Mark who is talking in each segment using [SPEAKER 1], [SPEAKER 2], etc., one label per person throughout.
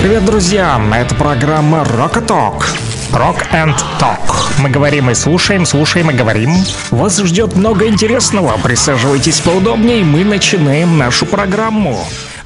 [SPEAKER 1] Привет, друзья! Это программа Rock Talk. Rock and Talk. Мы говорим и слушаем, слушаем и говорим. Вас ждет много интересного. Присаживайтесь поудобнее, мы начинаем нашу программу.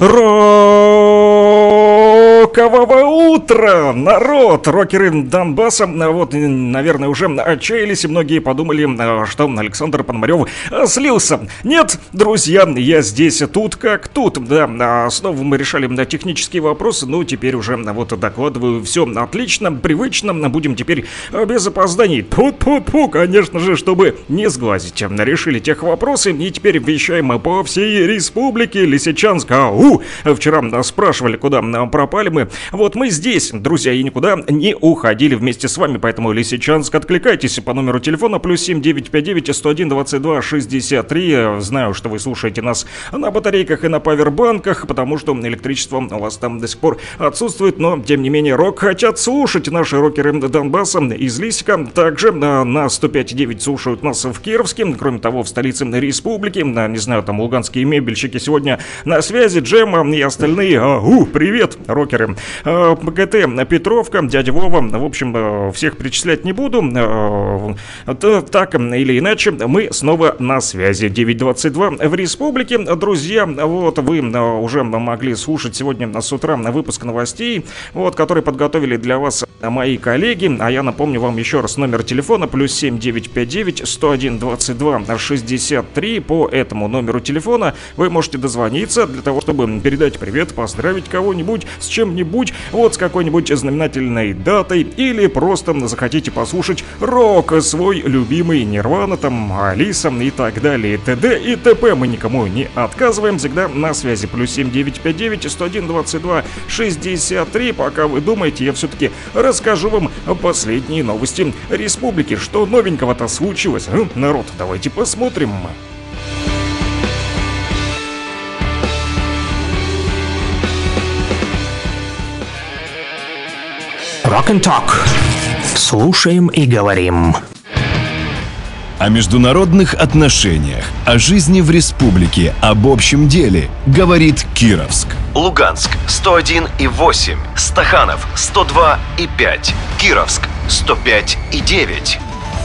[SPEAKER 1] Рокового утра, народ! Рокеры Донбасса, вот, наверное, уже отчаялись, и многие подумали, что Александр Пономарев слился. Нет, друзья, я здесь, тут как тут, да, снова мы решали технические вопросы, ну, теперь уже вот докладываю, все отлично, привычно, будем теперь без опозданий. Тьфу-тьфу-тьфу, конечно же, чтобы не сглазить. Решили тех вопросы, и теперь вещаем по всей республике Лисичанск. Вчера спрашивали, куда пропали мы. Вот мы здесь, друзья, и никуда не уходили вместе с вами, поэтому Лисичанск, откликайтесь по номеру телефона +7 959 101 22 63. Знаю, что вы слушаете нас на батарейках и на павербанках, потому что электричество у вас там до сих пор отсутствует, но тем не менее рок хотят слушать наши рокеры Донбасса из Лисика. Также на 105,9 слушают нас в Кировске, кроме того, в столице республики, не знаю, там луганские мебельщики сегодня на связи, Джема и остальные. Привет, рокеры. ПГТ, Петровка, дядя Вова, в общем, всех перечислять не буду. Так или иначе, мы снова на связи. 9:22 в республике. Друзья, вот вы уже могли слушать сегодня с утра выпуск новостей, вот, который подготовили для вас мои коллеги. А я напомню вам еще раз номер телефона +7 959 101 22 63. По этому номеру телефона вы можете дозвониться для того, чтобы передать привет, поздравить кого-нибудь с чем-нибудь, вот с какой-нибудь знаменательной датой, или просто захотите послушать рок свой любимый, Нирвана, там, Алиса и так далее, т.д. и т.п. Мы никому не отказываем, всегда на связи. +7 959 101 22 63. Пока вы думаете, я все-таки расскажу вам о последние новости республики. Что новенького-то случилось? Народ, давайте посмотрим. Rock and Talk. Слушаем и говорим.
[SPEAKER 2] О международных отношениях, о жизни в республике, об общем деле говорит Кировск.
[SPEAKER 3] Луганск 101,8, Стаханов 102,5, Кировск 105,9.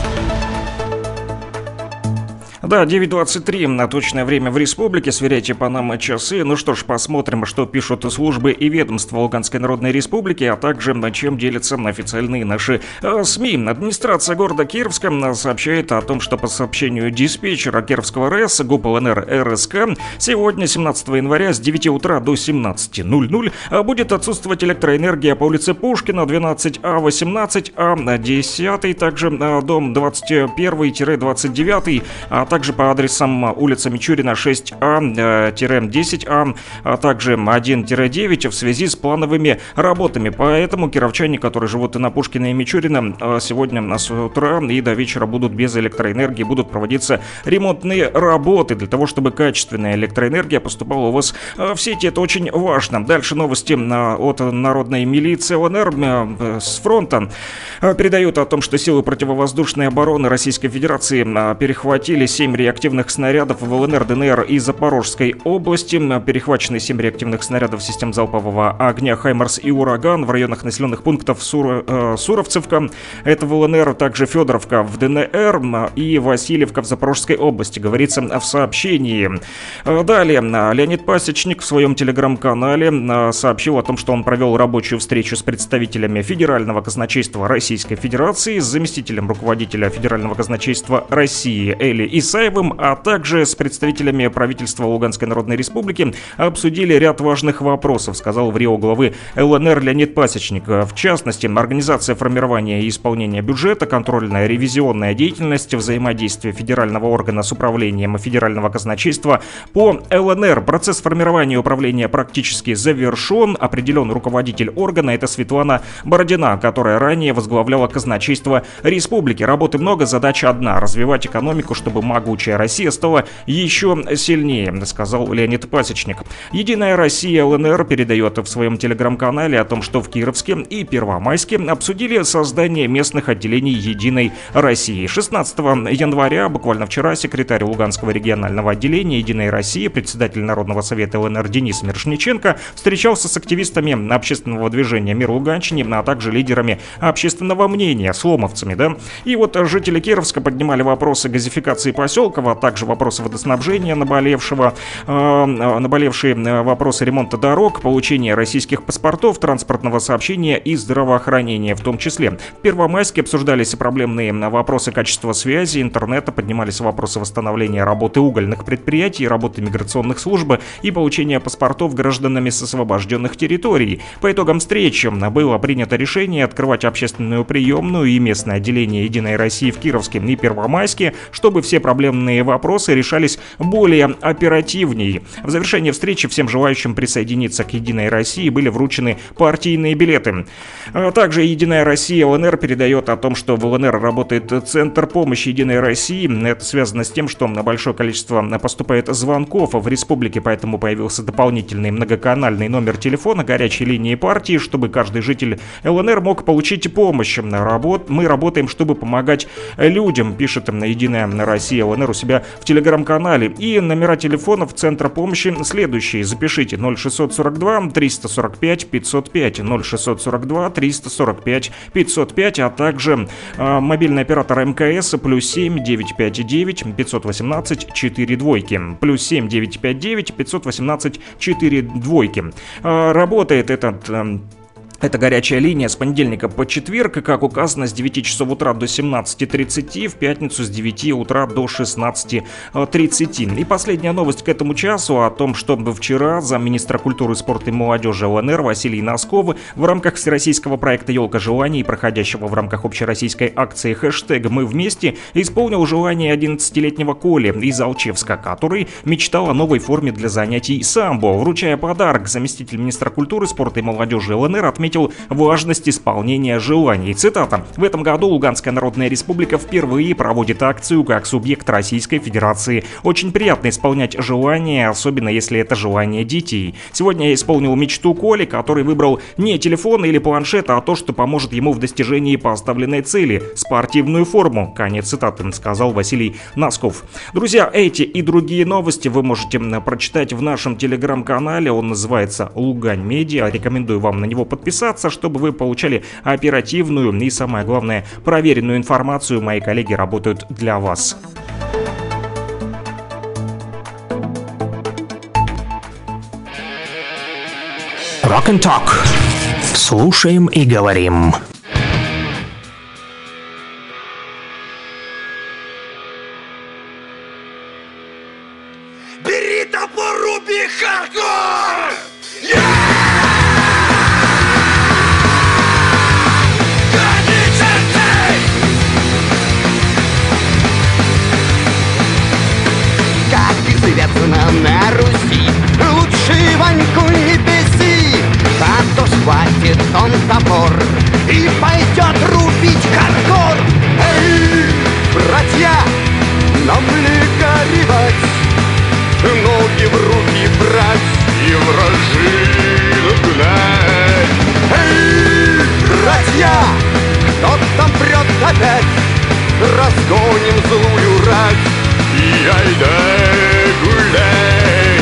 [SPEAKER 1] Да, 9:23 на точное время в республике. Сверяйте по нам часы. Ну что ж, посмотрим, что пишут службы и ведомства Луганской Народной Республики, а также чем делятся официальные наши СМИ. Администрация города Кировска сообщает о том, что по сообщению диспетчера Кировского РЭС ГУП ЛНР РСК сегодня, 17 января, с 9 утра до 17:00 будет отсутствовать электроэнергия по улице Пушкина 12А, 18А, 10, также дом 21-29, а также по адресам улица Мичурина 6А-10А, а также 1-9 в связи с плановыми работами. Поэтому кировчане, которые живут и на Пушкина и Мичурина, сегодня с утра и до вечера будут без электроэнергии, будут проводиться ремонтные работы для того, чтобы качественная электроэнергия поступала у вас в сети. Это очень важно. Дальше новости от народной милиции ЛНР с фронта передают о том, что силы противовоздушной обороны Российской Федерации перехватили 7 реактивных снарядов в ЛНР, ДНР и Запорожской области. Перехвачены 7 реактивных снарядов систем залпового огня «Хаймарс» и «Ураган» в районах населенных пунктов Суровцевка, это в ЛНР, также Федоровка в ДНР и Васильевка в Запорожской области, говорится в сообщении. Далее, Леонид Пасечник в своем телеграм-канале сообщил о том, что он провел рабочую встречу с представителями Федерального казначейства Российской Федерации, с заместителем руководителя Федерального казначейства России Эли Исаевым, а также с представителями правительства Луганской Народной Республики обсудили ряд важных вопросов, сказал в РИО главы ЛНР Леонид Пасечник. В частности, организация формирования и исполнения бюджета, контрольная ревизионная деятельность, взаимодействие федерального органа с управлением Федерального казначейства по ЛНР. Процесс формирования и управления практически завершен. Определен руководитель органа, это Светлана Бородина, которая ранее возглавляла казначейство республики. Работы много, задача одна — развивать экономику, чтобы могучая Россия стала еще сильнее, сказал Леонид Пасечник. Единая Россия ЛНР передает в своем телеграм-канале о том, что в Кировске и Первомайске обсудили создание местных отделений Единой России. 16 января, буквально вчера, секретарь Луганского регионального отделения Единой России, председатель Народного совета ЛНР Денис Мирошниченко встречался с активистами общественного движения «Мир Луганщине», а также лидерами общественного мнения, сломовцами, да. И вот жители Кировска поднимали вопросы газификации поселка, а также вопросы водоснабжения наболевшие вопросы ремонта дорог, получения российских паспортов, транспортного сообщения и здравоохранения в том числе. В Первомайске обсуждались проблемные вопросы качества связи, интернета, поднимались вопросы восстановления работы угольных предприятий, работы миграционных служб и получения паспортов гражданами с освобожденных территорий. По итогам встречи было принято решение открывать общественную приемную и местное отделение Единой России в Кировске и Первомайске, чтобы все проблемные вопросы решались более оперативнее. В завершении встречи всем желающим присоединиться к Единой России были вручены партийные билеты. Также Единая Россия ЛНР передает о том, что в ЛНР работает Центр помощи Единой России. Это связано с тем, что большое количество поступает звонков в республике, поэтому появился дополнительный многоканальный номер телефона горячей линии партии, чтобы каждый житель ЛНР мог получить помощь. Мы работаем, чтобы помогать людям, пишет Единая Россия ЛНР у себя в телеграм-канале. И номера телефонов Центра помощи следующие. Запишите: 0642 345 505, 0642 345 505, а также мобильный оператор МКС +7 959 518 4 двойки, +7 959 518 4 двойки. Работает эта горячая линия с понедельника по четверг, как указано, с 9 часов утра до 17:30, в пятницу с 9 утра до 16:30. И последняя новость к этому часу о том, что вчера замминистра культуры, спорта и молодежи ЛНР Василий Носков в рамках всероссийского проекта «Елка желаний», проходящего в рамках общероссийской акции хэштег «Мы вместе», исполнил желание 11-летнего Коли из Алчевска, который мечтал о новой форме для занятий самбо. Вручая подарок, заместитель министра культуры, спорта и молодежи ЛНР отметил важность исполнения желаний. Цитата: «В этом году Луганская Народная Республика впервые проводит акцию как субъект Российской Федерации. Очень приятно исполнять желания, особенно если это желание детей. Сегодня я исполнил мечту Коли, который выбрал не телефон или планшет, а то, что поможет ему в достижении поставленной цели – спортивную форму». Конец цитаты, сказал Василий Носков. Друзья, эти и другие новости вы можете прочитать в нашем телеграм-канале. Он называется «Лугань Медиа». Рекомендую вам на него подписаться, чтобы вы получали оперативную и, самое главное, проверенную информацию. Мои коллеги работают для вас.
[SPEAKER 4] Rock and Talk. Слушаем и говорим.
[SPEAKER 5] Бери топор, руби хардкор!
[SPEAKER 6] Нам на Руси лучше Ваньку не беси, а то схватит он топор и пойдет рубить хардкор. Эй, братья, нам ли горевать, ноги в руки брать и вражину гнать? Эй, братья, кто там прет опять, разгоним злую рать и айда гулять.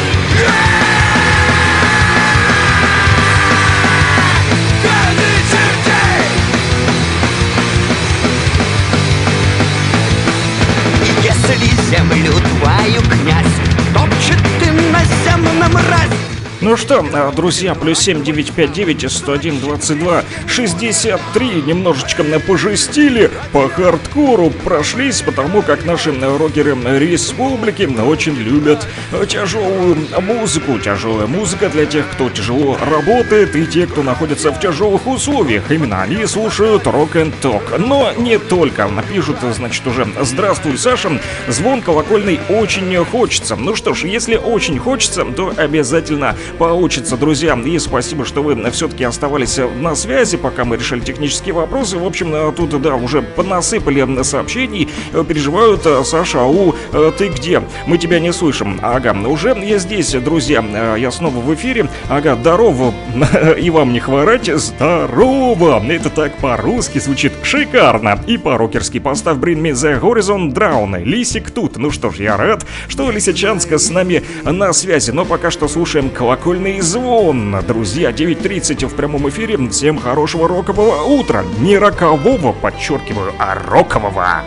[SPEAKER 6] Если землю твою князь топчет ты на земном раз.
[SPEAKER 1] Ну что, друзья, +7 959 101 22 63 немножечко пожестили, по хардкору прошлись, потому как наши рокеры республики очень любят тяжелую музыку. Тяжелая музыка для тех, кто тяжело работает, и те, кто находится в тяжелых условиях. Именно они слушают Rock and Talk. Но не только. Напишут, значит, уже: «Здравствуй, Саша, звон колокольный очень хочется». Ну что ж, если очень хочется, то обязательно получится, друзья. И спасибо, что вы все-таки оставались на связи, пока мы решали технические вопросы. В общем, тут, да, уже поднасыпали сообщений. Переживают: Саша, ау, ты где? Мы тебя не слышим. Ага, уже я здесь, друзья. Я снова в эфире. Ага, здорово. И вам не хворать. Здорово. Это так по-русски звучит шикарно. И по-рокерски. Поставь Bring Me The Horizon Down. Лисик тут. Ну что ж, я рад, что Лисичанска с нами на связи. Но пока что слушаем колокольный звон. Друзья, 9:30 в прямом эфире. Всем хорошего рокового утра. Не рокового, подчеркиваю, а рокового.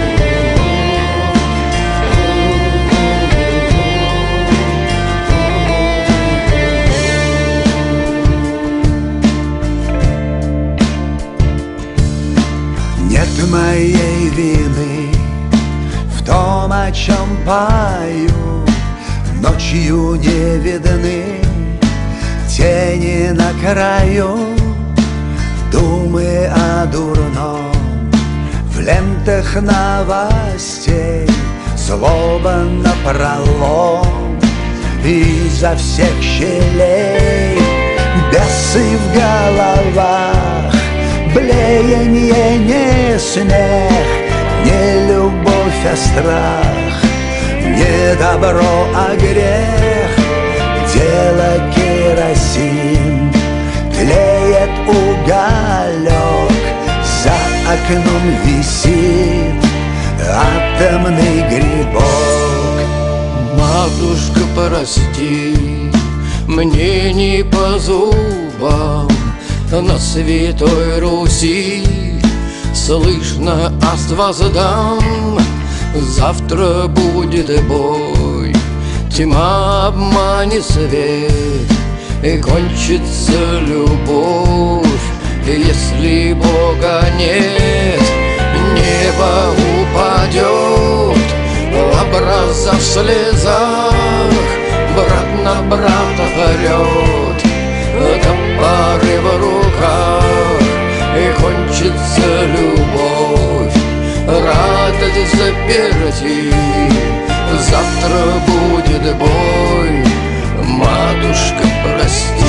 [SPEAKER 6] Нет моей вины в том, о чем пою. Ночью не видны тени на краю. Думы о дурном в лентах новостей. Злоба напролом изо всех щелей. Бесы в головах, блеяние не смех, не любовь, а страх, не добро, а грех. Дело керосин, тлеет уголек, за окном висит атомный грибок.
[SPEAKER 7] Матушка, прости, мне не по зубам на Святой Руси слышно аст воздам. Завтра будет бой, тьма обманет свет, и кончится любовь. Если Бога нет, небо упадет, образа в слезах, брат на брата орет, топоры в руках, и кончится любовь. Радость заперти, завтра будет бой. Матушка, прости.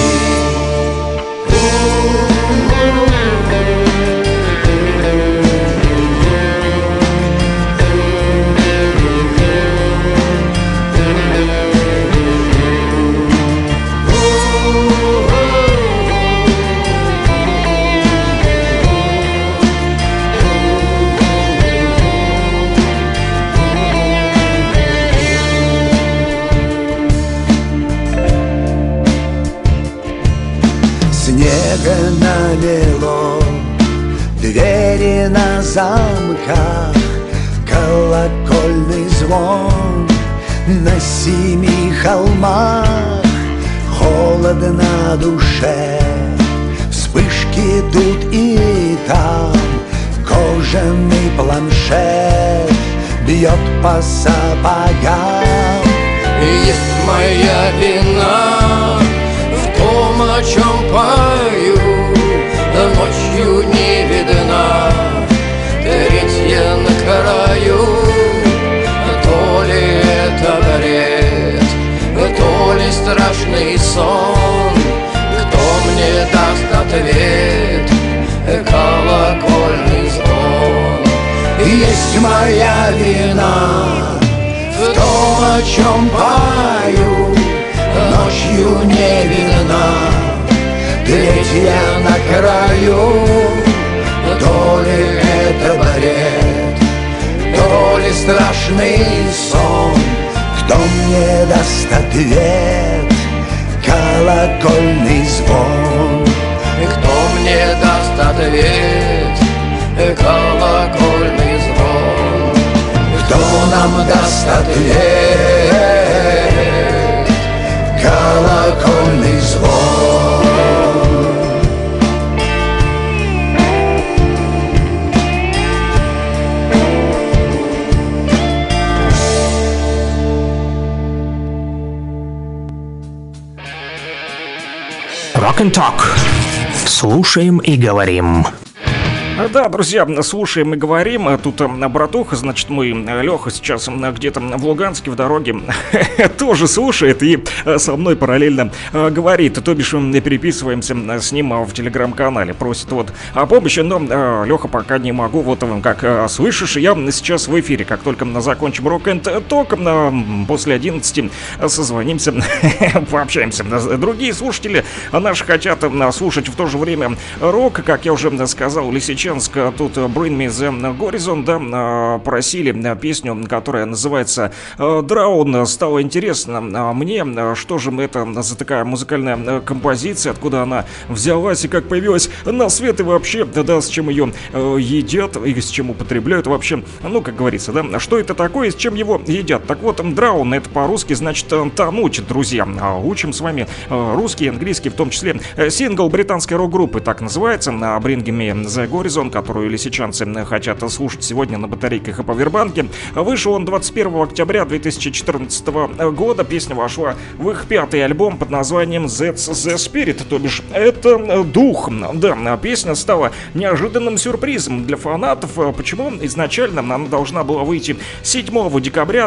[SPEAKER 6] Снега намело, двери на замках, колокольный звон на 7 холмах. Холодно на душе, вспышки тут и там, кожаный планшет бьет по сапогам.
[SPEAKER 7] Есть моя вина в том, о чем пою. Ночью не видна третья на краю. То ли это бред, то ли страшный сон. Кто мне даст ответ? Колокольный звон.
[SPEAKER 6] Есть моя вина в том, о чем пою. Ночью не видна третья на краю. То ли это бред, то ли страшный сон. Кто мне даст ответ? Колокольный звон.
[SPEAKER 7] Кто мне даст ответ? Колокольный звон.
[SPEAKER 6] Кто нам даст ответ? Колокольный звон.
[SPEAKER 4] Rock and Talk. Слушаем и говорим.
[SPEAKER 1] Да, друзья, слушаем и говорим. Тут братуха, значит, мой Леха сейчас где-то в Луганске в дороге тоже слушает и со мной параллельно говорит. То бишь мы переписываемся с ним в телеграм-канале. Просит вот о помощи, но Леха пока не могу. Вот как слышишь, я сейчас в эфире. Как только закончим рок-энд-ток, после 11 созвонимся, пообщаемся. Другие слушатели наши хотят слушать в то же время рок, как я уже сказал, Лисичанск, тут Bring Me The Horizon, да, просили песню, которая называется Drown. Стало интересно мне, что же это за такая музыкальная композиция, откуда она взялась и как появилась на свет, и вообще, да, с чем ее едят и с чем употребляют вообще, ну, как говорится, да, что это такое и с чем его едят. Так вот, Drown, это по-русски значит тонуть, друзья. Учим с вами русский, английский, в том числе сингл британской рок-группы, так называется, Bring Me The Horizon, которую лисичанцы хотят слушать сегодня на батарейках и павербанке. Вышел он 21 октября 2014 года. Песня вошла в их 5-й альбом под названием That's The Spirit, то бишь это дух. Да, песня стала неожиданным сюрпризом для фанатов. Почему? Изначально она должна была выйти 7 декабря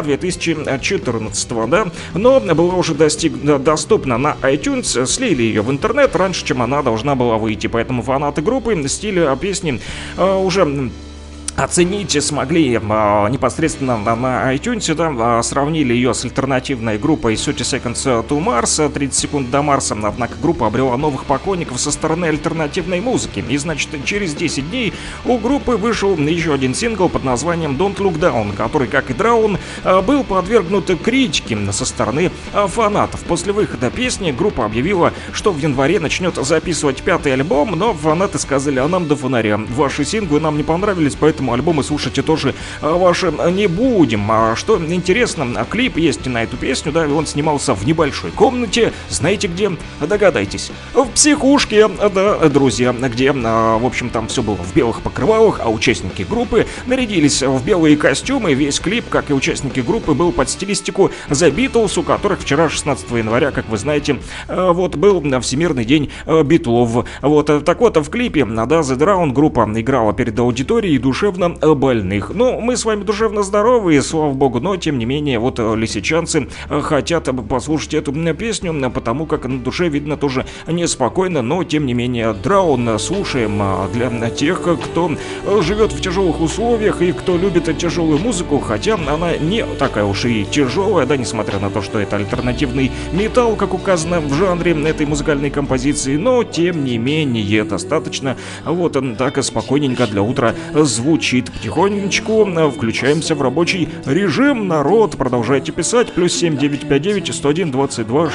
[SPEAKER 1] 2014, да, но была уже доступна на iTunes, слили ее в интернет раньше, чем она должна была выйти, поэтому фанаты группы стиля песни уже оценить смогли непосредственно на iTunes, да, сравнили ее с альтернативной группой 30 Seconds to Mars, 30 секунд до Марса, однако группа обрела новых поклонников со стороны альтернативной музыки, и значит через 10 дней у группы вышел еще один сингл под названием Don't Look Down, который, как и Drown, был подвергнут критике со стороны фанатов. После выхода песни группа объявила, что в январе начнет записывать 5-й альбом, но фанаты сказали: а нам до фонаря, ваши синглы нам не понравились, поэтому альбомы слушайте тоже ваши не будем. Что интересно, клип есть на эту песню, да, и он снимался в небольшой комнате. Знаете где? Догадайтесь. В психушке, да, друзья, где, в общем, там все было в белых покрывалах, а участники группы нарядились в белые костюмы. Весь клип, как и участники группы, был под стилистику The Beatles, у которых вчера, 16 января, как вы знаете, вот был Всемирный день битлов. Вот, так вот, в клипе, да, The Drown группа играла перед аудиторией душевно больных. Ну, мы с вами душевно здоровы, слава богу, но, тем не менее, вот лисичанцы хотят послушать эту песню, потому как на душе, видно, тоже неспокойно, но, тем не менее, Drown слушаем для тех, кто живет в тяжелых условиях и кто любит тяжелую музыку, хотя она не такая уж и тяжелая, да, несмотря на то, что это альтернативный металл, как указано в жанре этой музыкальной композиции, но, тем не менее, достаточно вот так спокойненько для утра звучит. Потихонечку включаемся в рабочий режим. Народ, продолжайте писать. +7 959 101 22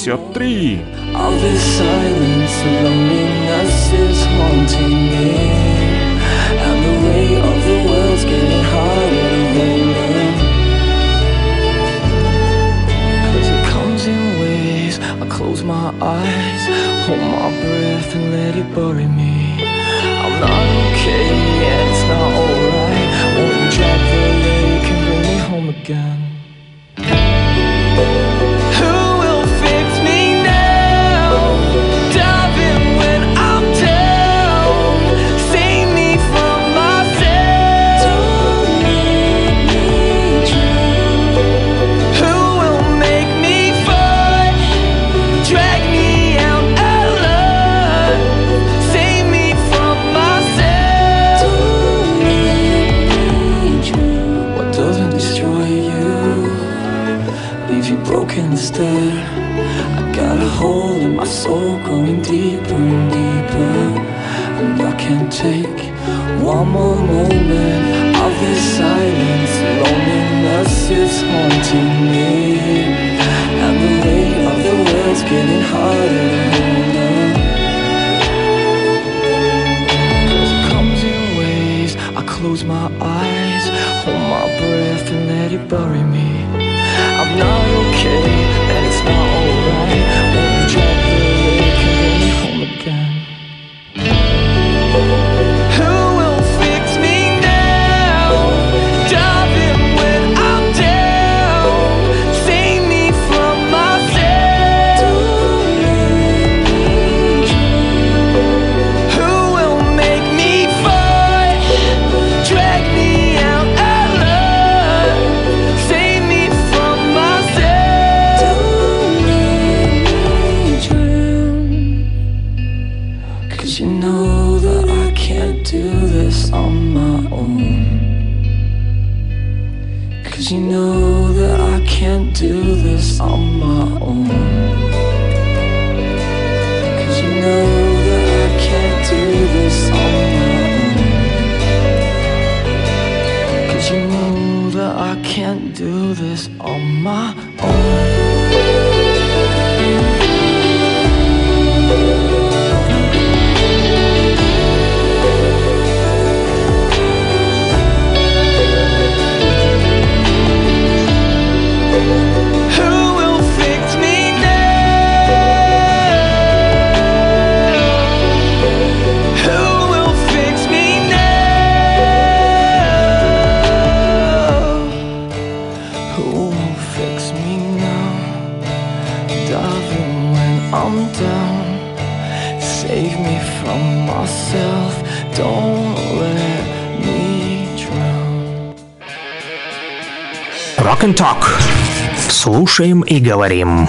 [SPEAKER 1] 63.
[SPEAKER 7] Close my eyes, hold my breath and let it bury me. I'm not okay, yeah, it's not alright. Won't you drag the lake and bring me home again? Who will fix me now? Dive in when I'm down. Save me from myself. Don't make me drown. Who will make me fight? Drag me out alive. Save me from myself. Don't make me drown. What doesn't destroy you leaves you broken instead. I got a hole in my soul growing deeper and deeper, and I can't take one more moment of this silence. Loneliness is haunting me, and the weight of the world's getting harder to hold on. 'Cause it comes in waves, I close my eyes, hold my breath and let it bury me. I'm not okay, and it's not alright. Won't you drag the lake and bring me home again? Who will fix me now? Dive in when I'm down. Save me from myself. Don't make me drown. Who will make me fight? 'Cause you know that I can't do this on my own. 'Cause you know that I can't do this on my own. 'Cause you know that I can't do this on my own. 'Cause you know that I can't do this on my own. Don't let me drown.
[SPEAKER 4] Rock and Talk. Слушаем и говорим.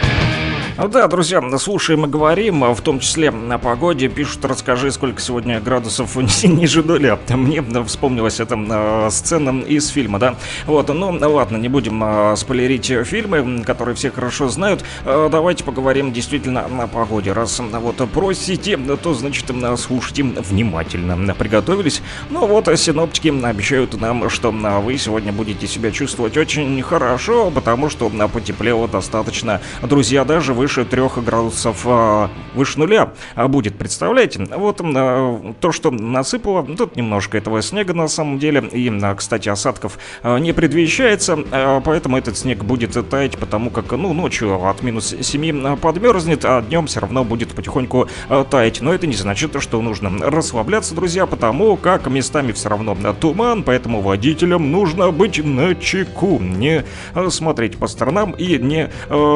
[SPEAKER 1] Да, друзья, слушаем и говорим, в том числе о погоде. Пишут, расскажи, сколько сегодня градусов ниже нуля. Мне вспомнилась эта сцена из фильма, да. Вот, ну ладно, не будем спойлерить фильмы, которые все хорошо знают. Давайте поговорим действительно о погоде. Раз вот просите, то значит слушайте внимательно. Приготовились? Ну вот, синоптики обещают нам, что вы сегодня будете себя чувствовать очень хорошо, потому что потеплело достаточно. Друзья, даже выше 3 градусов выше нуля будет, представляете? Вот то, что насыпало, тут немножко этого снега на самом деле, и, кстати, осадков не предвещается, поэтому этот снег будет таять, потому как, ну, ночью от минус 7 подмерзнет, а днем все равно будет потихоньку таять. Но это не значит, что нужно расслабляться, друзья, потому как местами все равно туман, поэтому водителям нужно быть начеку, не смотреть по сторонам и не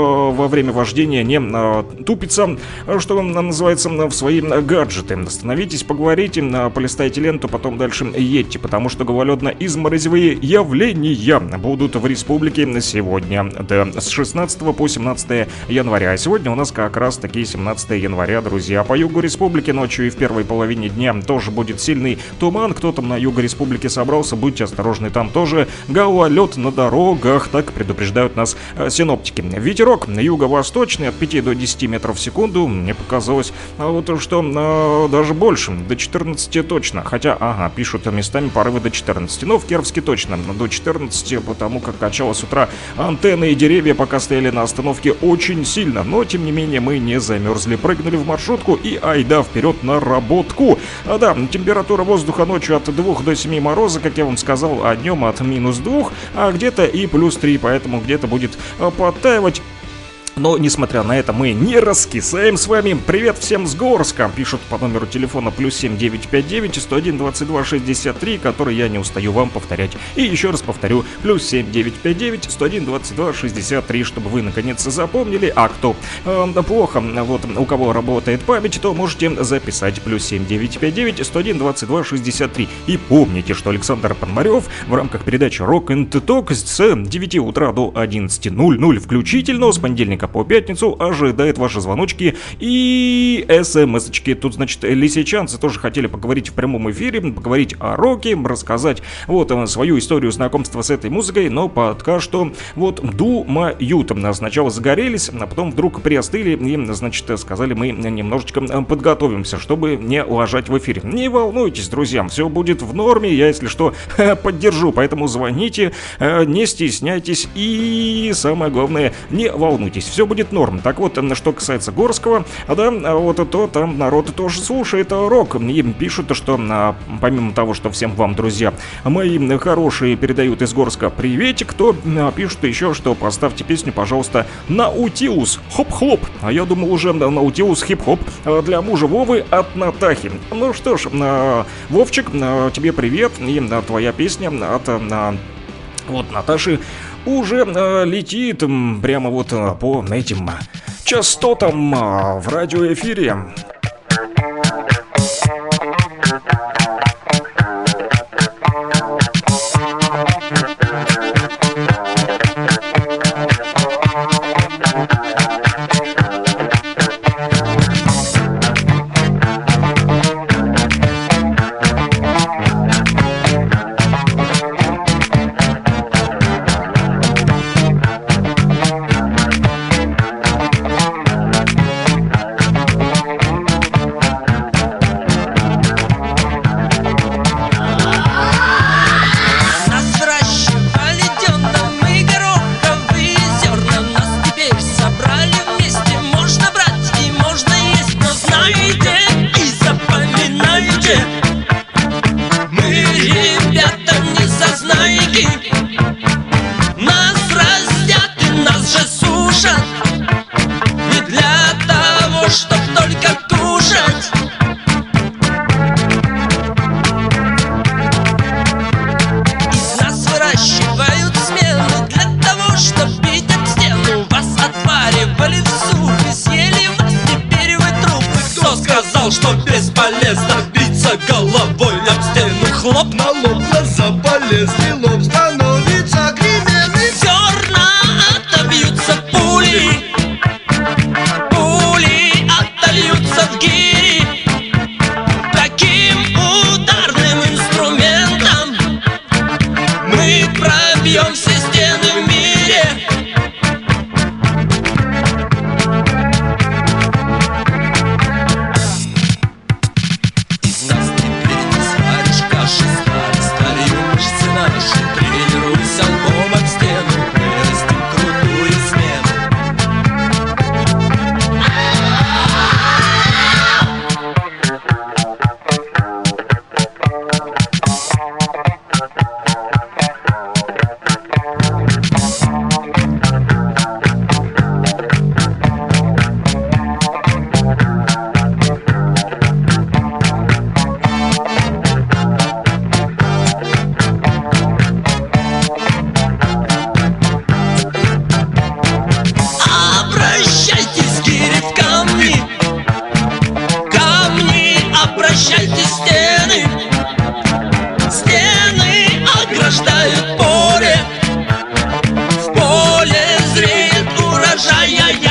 [SPEAKER 1] во время вождения не тупиться, что называется, в свои гаджеты. Остановитесь, поговорите, полистайте ленту, потом дальше едьте, потому что гололедно-изморозевые явления будут в республике сегодня, да, с 16 по 17 января. А сегодня у нас как раз таки 17 января, друзья. По югу республики ночью и в первой половине дня тоже будет сильный туман. Кто там на юге республики собрался, будьте осторожны, там тоже гололед на дорогах, так предупреждают нас синоптики. Ветерок юго-восточный от 5 до 10 метров в секунду. Мне показалось, вот что даже больше, до 14 точно. Хотя, ага, пишут местами порывы до 14. Но в Кировске точно до 14, потому как качало с утра антенны и деревья, пока стояли на остановке, очень сильно. Но, тем не менее, мы не замерзли. Прыгнули в маршрутку и айда вперед на работку. Да, температура воздуха ночью от 2 до 7 мороза, как я вам сказал, а днем от минус 2, а где-то и плюс 3, поэтому где-то будет подтаивать. Но, несмотря на это, мы не раскисаем с вами. Привет всем с Горска, пишут по номеру телефона +7 959 101 22 63, который я не устаю вам повторять. И еще раз повторю, +7 959 101 22 63, чтобы вы наконец запомнили. А кто плохо, вот у кого работает память, то можете записать +7 959 101 22 63. И помните, что Александр Пономарев в рамках передачи Rock and Talk с 9 утра до 11:00 включительно с понедельника по пятницу ожидает ваши звоночки и смс-очки. Тут, значит, лисичанцы тоже хотели поговорить в прямом эфире, поговорить о роке, рассказать вот свою историю знакомства с этой музыкой, но пока что вот думают. Сначала загорелись, а потом вдруг приостыли и, значит, сказали, мы немножечко подготовимся, чтобы не лажать в эфире. Не волнуйтесь, друзья, все будет в норме, я, если что, поддержу, поэтому звоните, не стесняйтесь и, самое главное, не волнуйтесь. Все будет норм. Так вот, что касается Горского, да, вот то там народ тоже слушает рок. И пишут, что помимо того, что всем вам, друзья, мои хорошие передают из Горска приветик, то пишут еще, что поставьте песню, пожалуйста, Наутилус хоп-хлоп. А я думал уже Наутилус хип-хоп для мужа Вовы от Натахи. Ну что ж, Вовчик, тебе привет. И твоя песня от вот Наташи уже летит прямо вот по этим частотам в радиоэфире.
[SPEAKER 5] полезно биться головой об стену. Хлоп на лоб, глаза полезли, лоб становится грименным.
[SPEAKER 7] Зерна отобьются пули, пули отольются в гири. Таким ударным инструментом мы пробьем все стены в мире. Из нас теперь не сваришь каши, старые мышцы наши. Тренируйся лбом об стену, вырастим крутую смену. Обращайтесь, гири, в камни, камни, обращайте стены. Стены ограждают поле, в поле зреет урожай.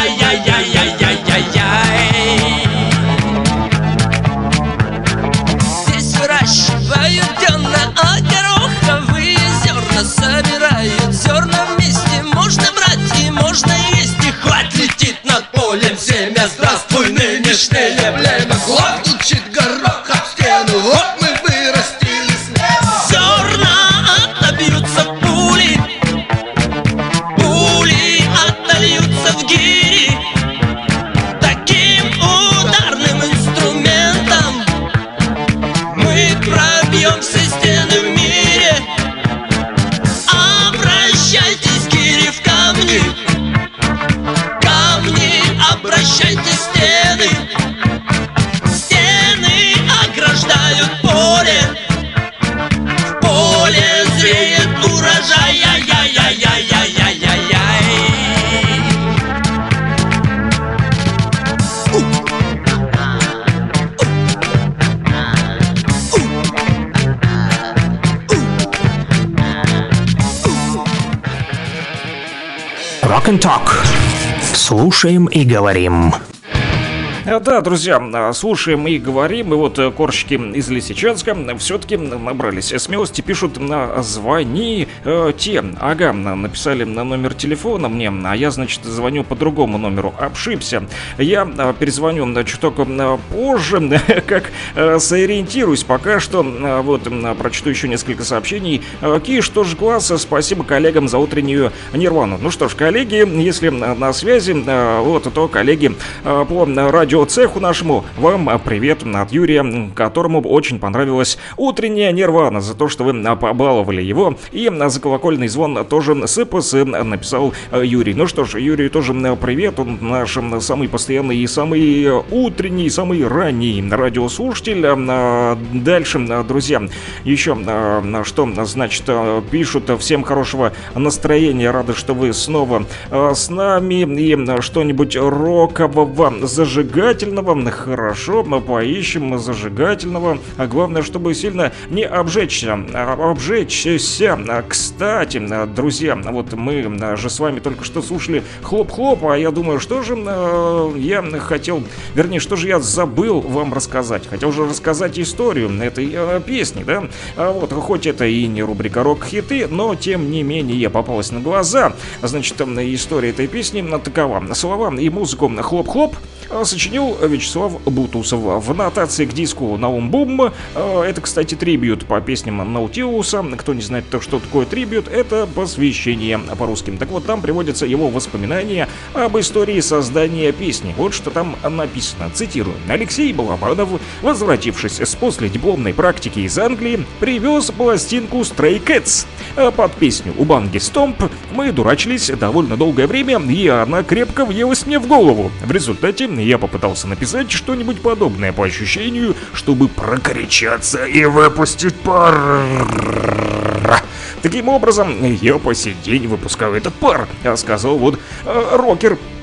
[SPEAKER 7] Здесь выращивают денно-гороховые зерна, собирают зерна вместе, можно брать и можно есть. И хватит летит над полем семя, здравствуй, нынешнее племя.
[SPEAKER 5] Хлоп учит горох об стену, вот мы вырастили слева.
[SPEAKER 7] Зерна отобьются пули, пули отольются в гири. Таким ударным инструментом мы пробьем все стены в мире. Обращайтесь, гири, в камни, камни, обращайте стены. Стены ограждают поле, в поле зреет урожай.
[SPEAKER 4] Rock and Talk. Слушаем и говорим.
[SPEAKER 1] Да, друзья, слушаем и говорим. И вот корщики из Лисичанска все-таки набрались смелости, пишут: звони те. Ага, написали на номер телефона мне, а я, значит, звоню по другому номеру. Обшибся. Я перезвоню чуток позже, как сориентируюсь. Пока что вот прочту еще несколько сообщений. Киш, тоже класс. Спасибо коллегам за утреннюю нирвану. Ну что ж, коллеги, если на связи, вот, то коллеги по радио цеху нашему, вам привет от Юрия, которому очень понравилась утренняя нирвана, за то, что вы побаловали его. И за колокольный звон тоже сыпас, написал Юрий. Ну что ж, Юрию тоже привет, он наш самый постоянный и самый утренний, самый ранний радиослушатель. Дальше, друзья, еще что, значит, пишут: всем хорошего настроения, рады, что вы снова с нами, и что-нибудь рокового, зажигательного. Хорошо, мы поищем зажигательного. А главное, чтобы сильно не обжечься. Кстати, друзья, вот мы же с вами только что слушали «Хлоп-хлоп», а я думаю, что же я хотел, вернее, что же я забыл вам рассказать. Хотел же рассказать историю этой песни, да? Вот, хоть это и не рубрика «Рок-хиты», но, тем не менее, попалась на глаза. Значит, история этой песни такова. Слова и музыку «Хлоп-хлоп» сочинил Вячеслав Бутусов. В нотации к диску «Наум Бум» это, кстати, трибьют по песням Наутилуса. Кто не знает, то, что такое трибьют, это посвящение по-русски. Так вот, там приводятся его воспоминания об истории создания песни. Вот что там написано. Цитирую. Алексей Балабанов, возвратившись с последипломной практики из Англии, привез пластинку Stray Cats. Под песню у Банги Стомп мы дурачились довольно долгое время, и она крепко въелась мне в голову. В результате я попытался написать что-нибудь подобное по ощущению, чтобы прокричаться и выпустить пар. Таким образом, я по сей день выпускаю этот пар, сказал вот рокер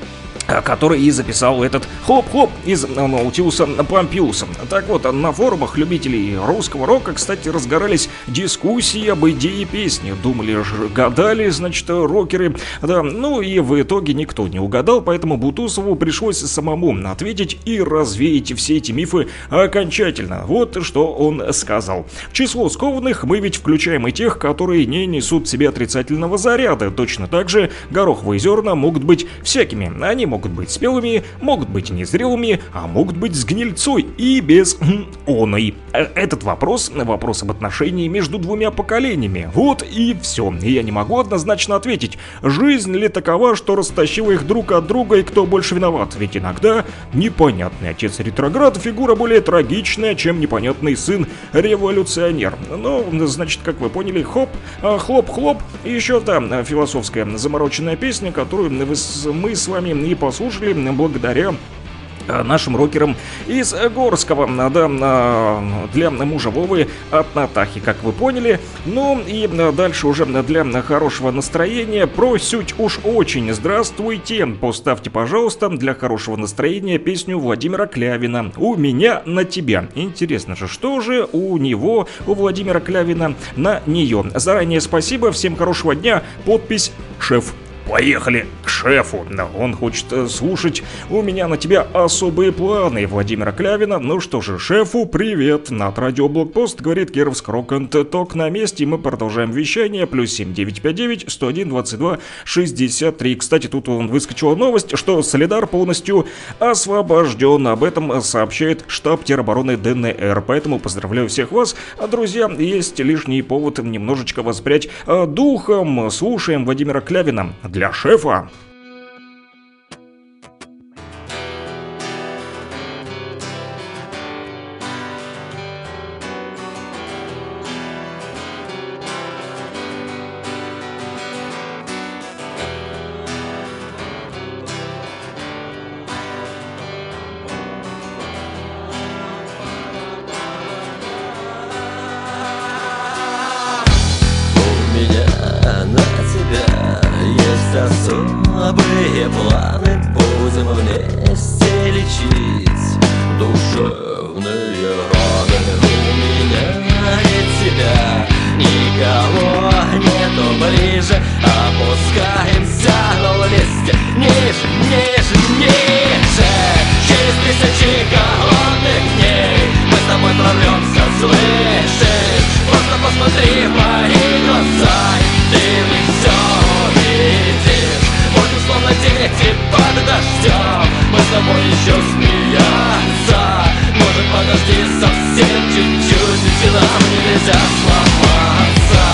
[SPEAKER 1] который и записал этот хлоп-хлоп из Наутилуса Помпилиуса. Так вот, на форумах любителей русского рока, кстати, разгорались дискуссии об идее песни. Думали, гадали, значит, рокеры. Да, ну и в итоге никто не угадал, поэтому Бутусову пришлось самому ответить и развеять все эти мифы окончательно. Вот что он сказал. В число скованных мы ведь включаем и тех, которые не несут в себе отрицательного заряда. Точно так же гороховые зерна могут быть всякими. Они могут быть спелыми, могут быть незрелыми, а могут быть с гнильцой и без оной. Этот вопрос об отношении между двумя поколениями. Вот и все. Я не могу однозначно ответить, жизнь ли такова, что растащила их друг от друга, и кто больше виноват. Ведь иногда непонятный отец ретроград — фигура более трагичная, чем непонятный сын революционер. Ну, значит, как вы поняли, хоп, хлоп-хлоп, и еще та философская замороченная песня, которую мы с вами и послушали благодаря нашим рокерам из Горского, да, для мужа Вовы от Натахи, как вы поняли. Ну и дальше уже для хорошего настроения просють уж очень. Здравствуйте, поставьте, пожалуйста, для хорошего настроения песню Владимира Клявина «У меня на тебя». Интересно же, что же у него, у Владимира Клявина, на нее. Заранее спасибо, всем хорошего дня, подпись «Шеф». Поехали к шефу. Он хочет слушать «У меня на тебя особые планы» Владимира Клявина. Ну что же, шефу привет. Над радио Блокпост, говорит Кировск Рок-н-Ток на месте. И мы продолжаем вещание. +7 959 101 22 63. Кстати, тут выскочила новость, что Солидар полностью освобожден. Об этом сообщает штаб теробороны ДНР. Поэтому поздравляю всех вас, друзья. Есть лишний повод немножечко воспрять духом. Слушаем Владимира Клявина для шефа.
[SPEAKER 8] Особые планы, будем вместе лечить душевные раны. У меня нет тебя, никого нету ближе. Опускаемся вместе, ниже, ниже, ниже. Через тысячи голодных дней мы с тобой прорвемся, слышишь? Просто посмотри в мои глаза, и ты в них все увидишь. Будем словно дети под дождем, мы с тобой еще смеяться. Может, подожди совсем чуть-чуть, ведь нам нельзя сломаться.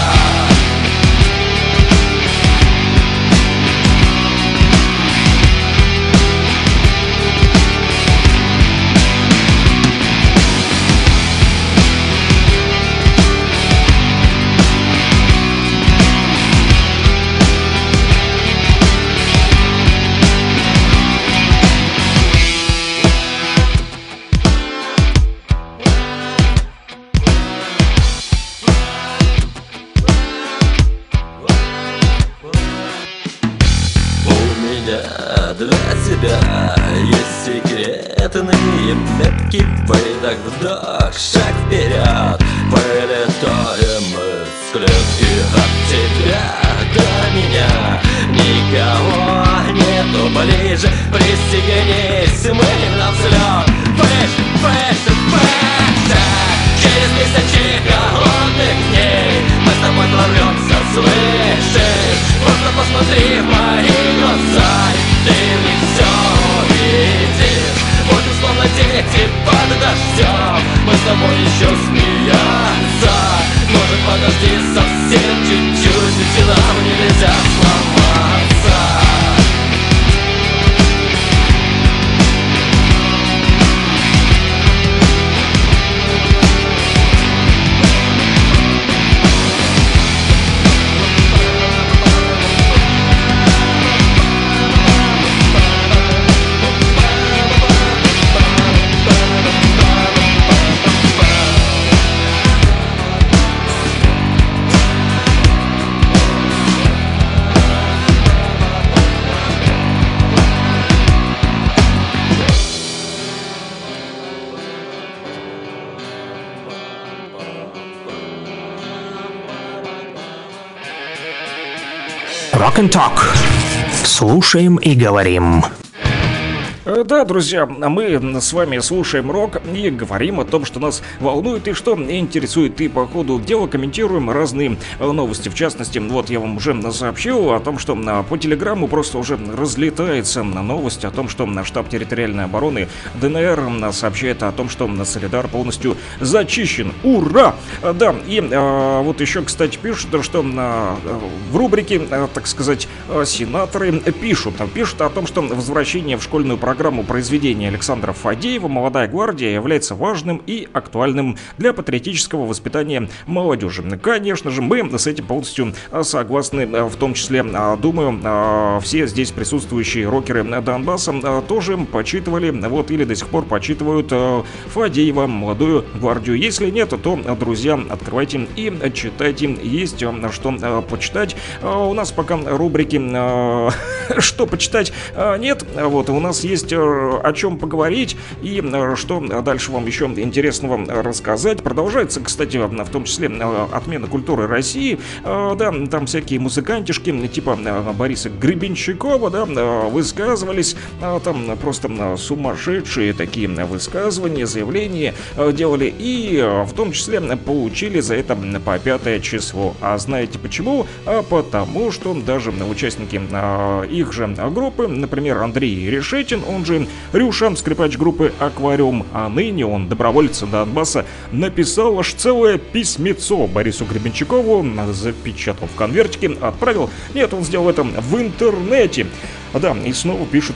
[SPEAKER 8] Для тебя есть секретные метки. Выдох-вдох, шаг вперед. Вылетаем из клетки от тебя до меня. Никого нету ближе. Пристегнись, мы на взлет. Выше, выше, выше. Через тысячи голодных дней мы с тобой прорвемся, слышишь? Просто посмотри в мои глаза, ты в них все увидишь. Будем словно дети под дождем, мы с тобой еще смеяться. Может, подожди совсем чуть-чуть, ведь нам нельзя сломаться.
[SPEAKER 4] Rock and Talk. Слушаем и говорим.
[SPEAKER 1] Да, друзья, мы с вами слушаем рок и говорим о том, что нас волнует и что интересует. И по ходу дела комментируем разные новости. В частности, вот я вам уже сообщил о том, что по телеграмму просто уже разлетается новость о том, что штаб территориальной обороны ДНР сообщает о том, что Солидар полностью зачищен. Ура! Да, и вот еще, кстати, пишут, что в рубрике, так сказать, сенаторы пишут о том, что возвращение в школьную программу произведения Александра Фадеева «Молодая гвардия» является важным и актуальным для патриотического воспитания молодежи. Конечно же, мы с этим полностью согласны, в том числе, думаю, все здесь присутствующие рокеры Донбасса тоже почитывали, вот, или до сих пор почитывают Фадеева «Молодую гвардию». Если нет, то, друзья, открывайте и читайте, есть что почитать. У нас пока рубрики «Что почитать» нет, вот, у нас есть о чем поговорить и что дальше вам еще интересного рассказать. Продолжается, кстати, в том числе отмена культуры России. Да, там всякие музыкантишки типа Бориса Гребенщикова, да, высказывались, там просто сумасшедшие такие высказывания, заявления делали, и в том числе получили за это по 5 число. А знаете почему? Потому что даже участники их же группы, например, Андрей Решетин, он же Рюша, скрипач группы «Аквариум», а ныне он, доброволец Донбасса, написал аж целое письмецо Борису Гребенщикову, запечатал в конвертике, отправил. Нет, он сделал это в интернете. Да, и снова пишут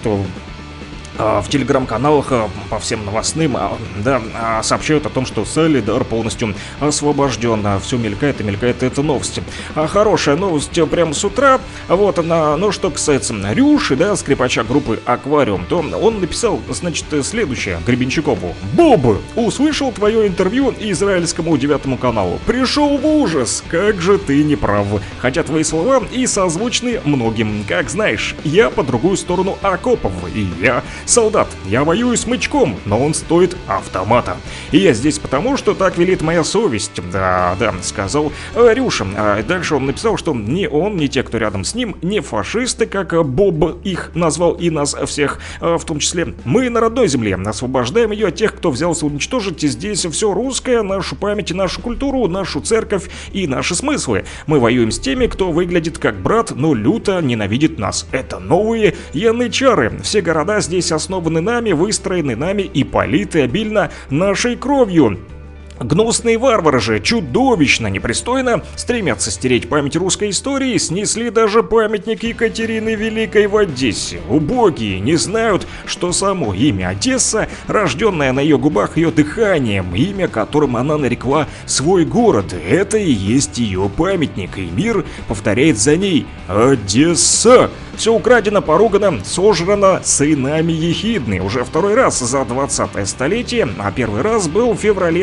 [SPEAKER 1] в телеграм-каналах по всем новостным, да, сообщают о том, что Солидар полностью освобожден. Все мелькает и мелькает эта новость. Хорошая новость прямо с утра. Вот она. Но что касается Рюши, да, скрипача группы «Аквариум», то он написал, значит, следующее Гребенщикову. «Боб, услышал твое интервью израильскому 9 каналу. Пришел в ужас. Как же ты не прав. Хотя твои слова и созвучны многим. Как знаешь, я по другую сторону окопов. И я солдат, я воюю с мычком, но он стоит автомата. И я здесь потому, что так велит моя совесть». Да, сказал Рюша. Дальше он написал, что ни он, ни те, кто рядом с ним, не фашисты, как Боб их назвал и нас всех, в том числе. Мы на родной земле, освобождаем ее от тех, кто взялся уничтожить здесь все русское, нашу память, нашу культуру, нашу церковь и наши смыслы. Мы воюем с теми, кто выглядит как брат, но люто ненавидит нас. Это новые янычары. Все города здесь основаны нами, выстроены нами и политы обильно нашей кровью. Гнусные варвары же чудовищно непристойно стремятся стереть память русской истории, снесли даже памятник Екатерины Великой в Одессе. Убогие не знают, что само имя Одесса, рожденное на ее губах ее дыханием, имя, которым она нарекла свой город, это и есть ее памятник, и мир повторяет за ней: Одесса! Все украдено, поругано, сожрано сынами ехидны. Уже второй раз за 20-е столетие, а первый раз был в феврале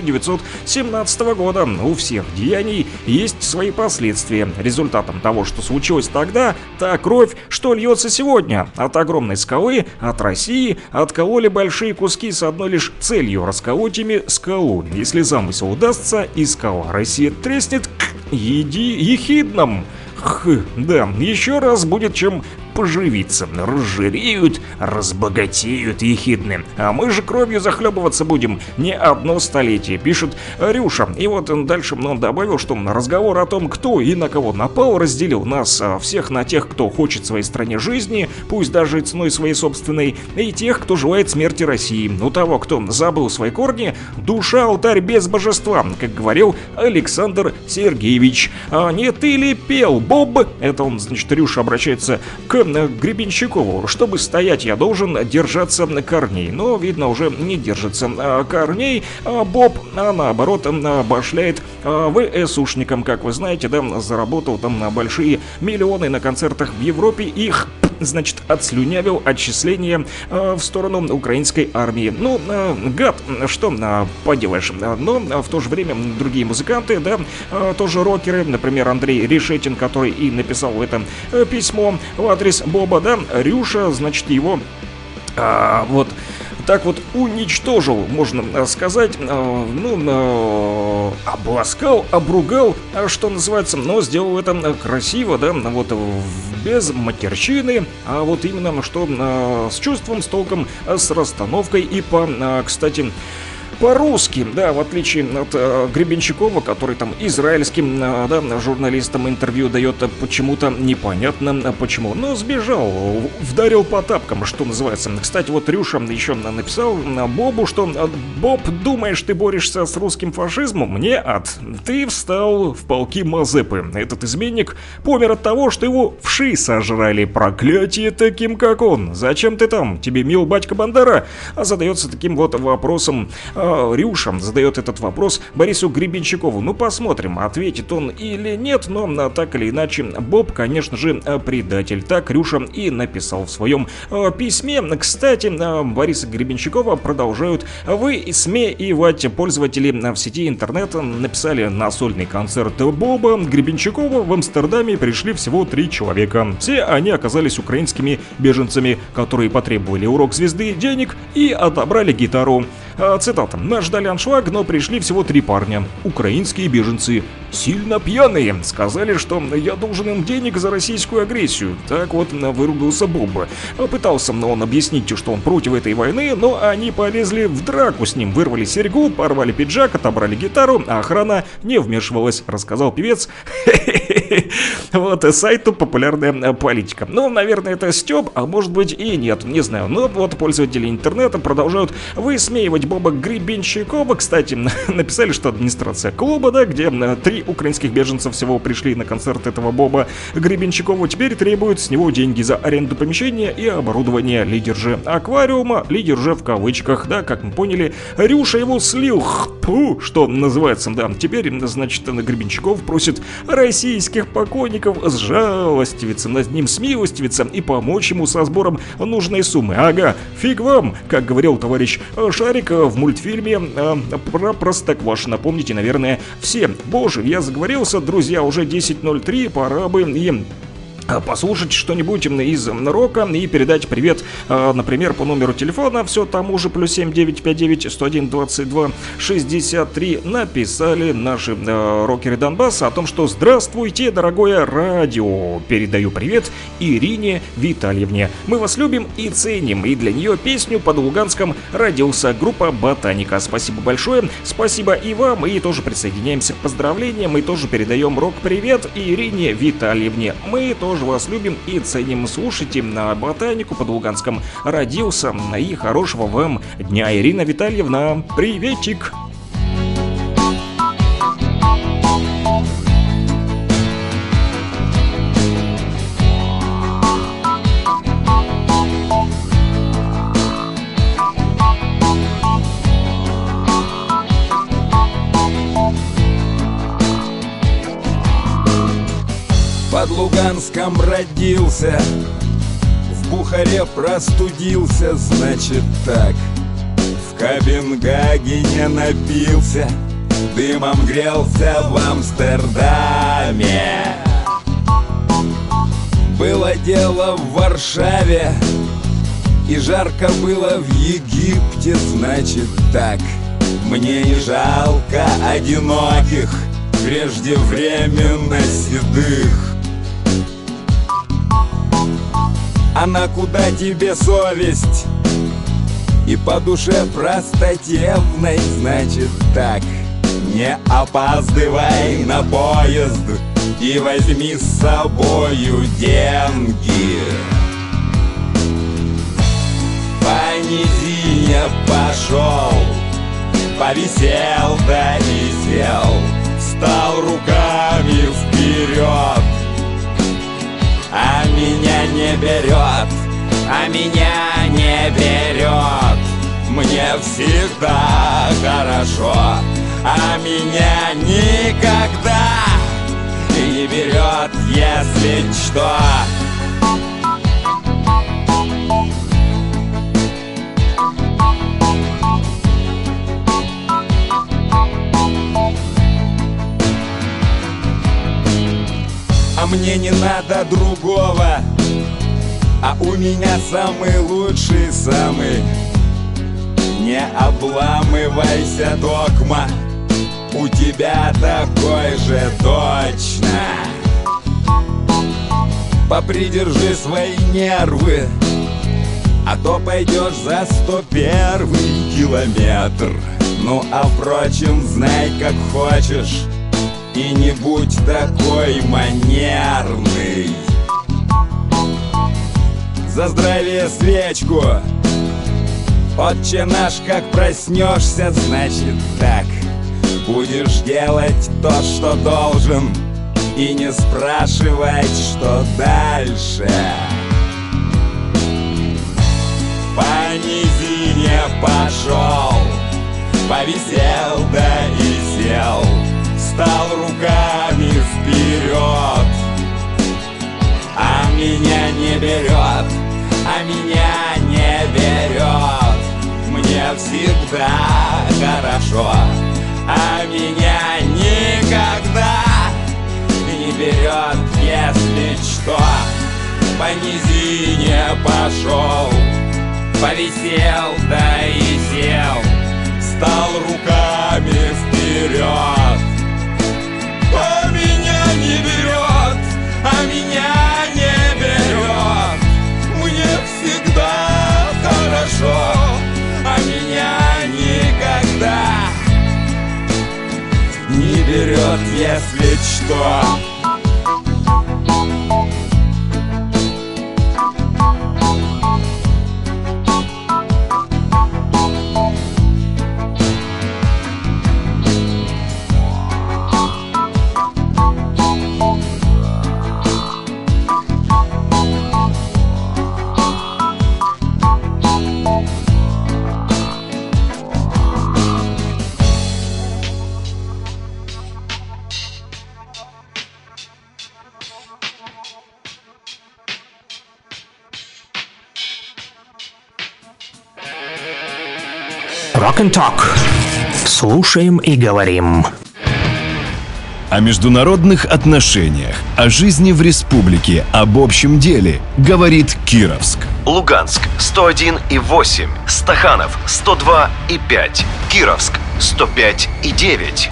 [SPEAKER 1] 1917 года. У всех деяний есть свои последствия. Результатом того, что случилось тогда, та кровь, что льется сегодня. От огромной скалы, от России, откололи большие куски с одной лишь целью — расколоть ими скалу. Если замысел удастся и скала России треснет к ехиднам. Да, еще раз будет чем поживиться. Разжиреют, разбогатеют ехидны. А мы же кровью захлебываться будем не одно столетие, пишет Рюша. И вот дальше он добавил, что разговор о том, кто и на кого напал, разделил нас всех на тех, кто хочет своей стране жизни, пусть даже ценой своей собственной, и тех, кто желает смерти России. У того, кто забыл свои корни, душа — алтарь без божества, как говорил Александр Сергеевич. А не ты ли пел, Боб? Это он, значит, Рюша обращается к Гребенщикову. Чтобы стоять, я должен держаться корней. Но, видно, уже не держится корней Боб, а наоборот башляет ВСУшникам. Как вы знаете, да, заработал там большие миллионы на концертах в Европе. Их, значит, отслюнявил отчисления в сторону украинской армии. Ну, гад, что поделаешь. Но в то же время другие музыканты, да, тоже рокеры, например, Андрей Решетин, который и написал это письмо в адрес Боба, да, Рюша, значит, его вот так вот уничтожил, можно сказать, обласкал, обругал, что называется, но сделал это красиво, да, вот без матерщины, а вот именно что с чувством, с толком, с расстановкой и кстати, по-русски, да, в отличие от Гребенщикова, который там израильским журналистам интервью дает почему-то непонятно почему. Но сбежал, вдарил по тапкам, что называется. Кстати, вот Рюша еще написал Бобу, что «Боб, думаешь, ты борешься с русским фашизмом? Нет, ты встал в полки Мазепы. Этот изменник помер от того, что его вши сожрали. Проклятие таким, как он. Зачем ты там? Тебе мил батька Бандера?» А задается таким вот вопросом Рюша, задает этот вопрос Борису Гребенщикову. Ну, посмотрим, ответит он или нет, но так или иначе, Боб, конечно же, предатель. Так Рюша и написал в своем письме. Кстати, Бориса Гребенщикова продолжают высмеивать пользователи в сети интернета. Написали: на сольный концерт Боба Гребенщикова в Амстердаме пришли всего 3 человека. Все они оказались украинскими беженцами, которые потребовали урок звезды, денег и отобрали гитару. Цитата: «Нас ждали аншлаг, но пришли всего 3 парня. Украинские беженцы. Сильно пьяные. Сказали, что я должен им денег за российскую агрессию». Так вот вырубился Боб. Пытался он объяснить, что он против этой войны, но они полезли в драку с ним. Вырвали серьгу, порвали пиджак, отобрали гитару, а охрана не вмешивалась, рассказал певец. Вот сайту «Популярная политика». Ну, наверное, это стёб, а может быть и нет, не знаю. Но вот пользователи интернета продолжают высмеивать Боба Гребенщикова. Кстати, написали, что администрация клуба, да, где 3 украинских беженцев всего пришли на концерт этого Боба Гребенщикова, теперь требует с него деньги за аренду помещения и оборудование. Лидер же аквариума, лидер же в кавычках, да, как мы поняли, Рюша его слил, что называется, да. Теперь, значит, Гребенщиков просит российских покойников сжалостивиться над ним, смилостивиться и помочь ему со сбором нужной суммы. Ага, фиг вам, как говорил товарищ Шарик в мультфильме про Простоквашино. Помните, наверное, все. Боже, я заговорился, друзья, уже 10:03, пора бы им послушать что-нибудь из рока и передать привет, например, по номеру телефона, все тому же +7 959 101 22 63. Написали наши рокеры Донбасса о том, что «Здравствуйте, дорогое радио! Передаю привет Ирине Витальевне. Мы вас любим и ценим». И для нее песню под Луганском родился группа «Ботаника». Спасибо большое. Спасибо и вам. И тоже присоединяемся к поздравлениям. Мы тоже передаем рок-привет Ирине Витальевне. Мы тоже вас любим и ценим. Слушайте на «Ботанику» под Луганском родился. И хорошего вам дня, Ирина Витальевна. Приветик!
[SPEAKER 9] Под Луганском родился, в Бухаре простудился, значит так. В Копенгагене напился, дымом грелся в Амстердаме. Было дело в Варшаве, и жарко было в Египте, значит так. Мне не жалко одиноких, преждевременно седых. А на куда тебе совесть? И по душе простотевной, значит так. Не опаздывай на поезд и возьми с собою деньги. По низине пошел, повисел да и сел, встал руками вперед. А меня не берет, а меня не берет. Мне всегда хорошо, а меня никогда не берет, если что. А мне не надо другого, а у меня самый лучший, самый не обламывайся, догма, у тебя такой же точно. Попридержи свои нервы, а то пойдешь за 101-й километр. Ну а впрочем, знай как хочешь и не будь такой манерный. За здравие свечку, отче наш, как проснешься, значит так. Будешь делать то, что должен, и не спрашивать, что дальше. По низине пошел, повисел, да и сел, стал руками вперед. А меня не берет, а меня не берет, мне всегда хорошо. А меня никогда не берет, если что. По низине пошел, повисел, да и сел, стал руками вперед. А меня не берет, а меня не берет, мне всегда хорошо. А меня никогда не берет, если что.
[SPEAKER 4] Rock and Talk. Слушаем и говорим.
[SPEAKER 2] О международных отношениях, о жизни в республике, об общем деле говорит Кировск.
[SPEAKER 3] Луганск 101,8, Стаханов 102,5, Кировск 105,9.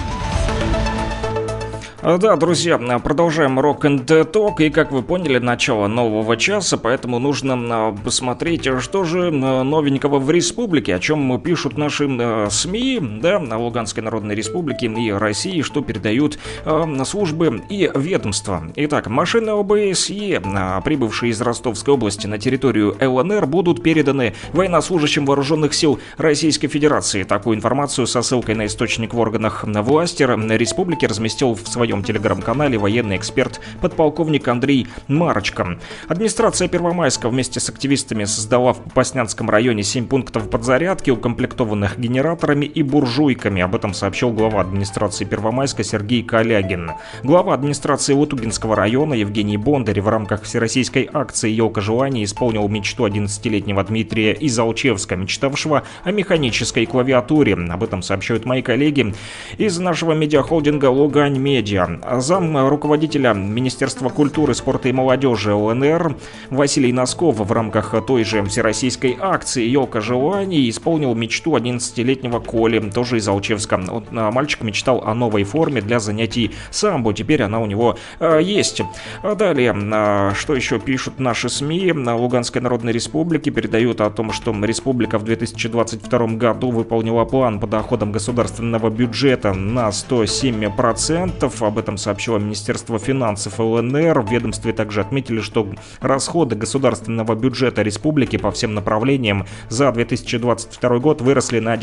[SPEAKER 1] Да, друзья, продолжаем Rock and Talk, и, как вы поняли, начало нового часа, поэтому нужно посмотреть, что же новенького в республике, о чем пишут наши СМИ, да, Луганской Народной Республики и России, что передают службы и ведомства. Итак, машины ОБСЕ, прибывшие из Ростовской области на территорию ЛНР, будут переданы военнослужащим вооруженных сил Российской Федерации. Такую информацию со ссылкой на источник в органах власти республики разместил в своем телеграм-канале военный эксперт подполковник Андрей Марочко. Администрация Первомайска вместе с активистами создала в Попаснянском районе 7 пунктов подзарядки, укомплектованных генераторами и буржуйками. Об этом сообщил глава администрации Первомайска Сергей Калягин. Глава администрации Лутугинского района Евгений Бондарь в рамках всероссийской акции «Елка желаний» исполнил мечту 11-летнего Дмитрия из Алчевска, мечтавшего о механической клавиатуре. Об этом сообщают мои коллеги из нашего медиахолдинга «Лугань Медиа». Зам руководителя Министерства культуры, спорта и молодежи ЛНР Василий Носков в рамках той же всероссийской акции «Елка желаний» исполнил мечту 11-летнего Коли, тоже из Алчевска. Мальчик мечтал о новой форме для занятий самбо, теперь она у него есть. Далее, что еще пишут наши СМИ? Луганской Народной Республики передают о том, что республика в 2022 году выполнила план по доходам государственного бюджета на 107%. Об этом сообщило Министерство финансов ЛНР. В ведомстве также отметили, что расходы государственного бюджета республики по всем направлениям за 2022 год выросли на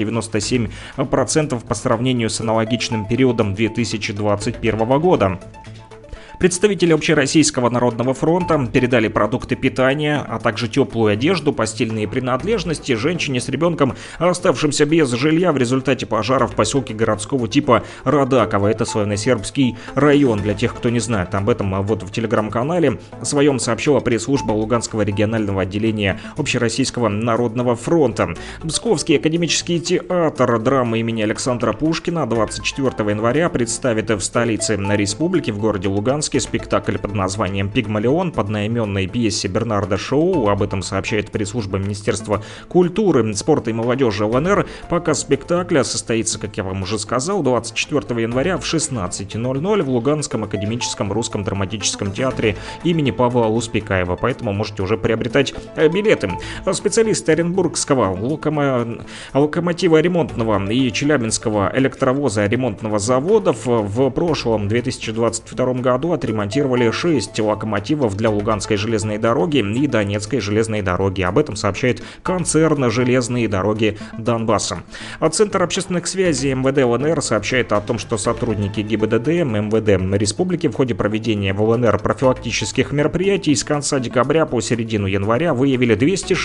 [SPEAKER 1] 97% по сравнению с аналогичным периодом 2021 года. Представители Общероссийского народного фронта передали продукты питания, а также теплую одежду, постельные принадлежности женщине с ребенком, оставшимся без жилья в результате пожара в поселке городского типа Радаково. Это славяно-сербский район, для тех, кто не знает. Об этом вот в телеграм-канале своем сообщила пресс-служба Луганского регионального отделения Общероссийского народного фронта. Псковский академический театр драмы имени Александра Пушкина 24 января представит в столице республики, в городе Луганске, драматический спектакль под названием «Пигмалион» по одноименной пьесе Бернарда Шоу. Об этом сообщает пресс-служба Министерства культуры, спорта и молодежи ЛНР. Показ спектакля состоится, как я вам уже сказал, 24 января в 16:00 в Луганском академическом русском драматическом театре имени Павла Луспекаева. Поэтому можете уже приобретать билеты. Специалисты Оренбургского локомотива ремонтного и Челябинского электровоза ремонтного заводов в прошлом 2022 году отремонтировали 6 локомотивов для Луганской железной дороги и Донецкой железной дороги. Об этом сообщает концерн «Железные дороги Донбасса». Центр общественных связей МВД ЛНР сообщает о том, что сотрудники ГИБДД МВД Республики в ходе проведения в ЛНР профилактических мероприятий с конца декабря по середину января выявили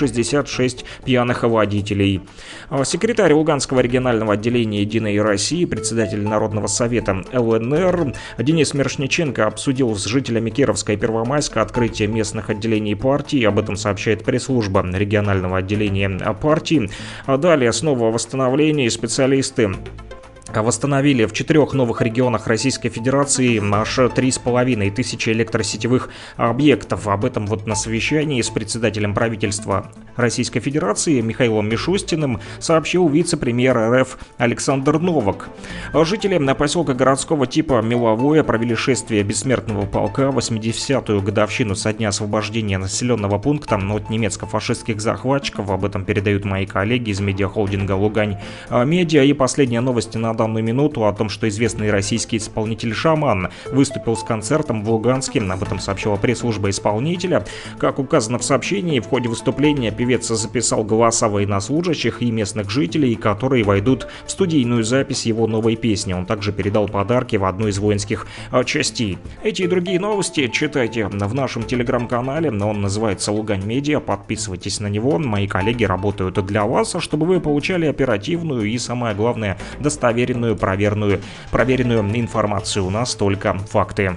[SPEAKER 1] 266 пьяных водителей. Секретарь Луганского регионального отделения «Единой России», председатель Народного совета ЛНР Денис Мершниченко обсудил с жителями Кировска и Первомайска открытие местных отделений партии. Об этом сообщает пресс-служба регионального отделения партии. Далее снова восстановление. Специалисты восстановили в 4 новых регионах Российской Федерации аж 3500 электросетевых объектов. Об этом вот на совещании с председателем правительства Российской Федерации Михаилом Мишустиным сообщил вице-премьер РФ Александр Новак. Жители поселка городского типа Меловое провели шествие бессмертного полка в 80-ю годовщину со дня освобождения населенного пункта от немецко-фашистских захватчиков. Об этом передают мои коллеги из медиахолдинга «Лугань Медиа». И последние новости на данную минуту о том, что известный российский исполнитель «Шаман» выступил с концертом в Луганске. Об этом сообщила пресс-служба исполнителя. Как указано в сообщении, в ходе выступления певец записал голоса военнослужащих и местных жителей, которые войдут в студийную запись его новой песни. Он также передал подарки в одну из воинских частей. Эти и другие новости читайте в нашем телеграм-канале. Он называется «Лугань Медиа». Подписывайтесь на него. Мои коллеги работают для вас, чтобы вы получали оперативную и, самое главное, достоверную, проверенную информацию. У нас только факты.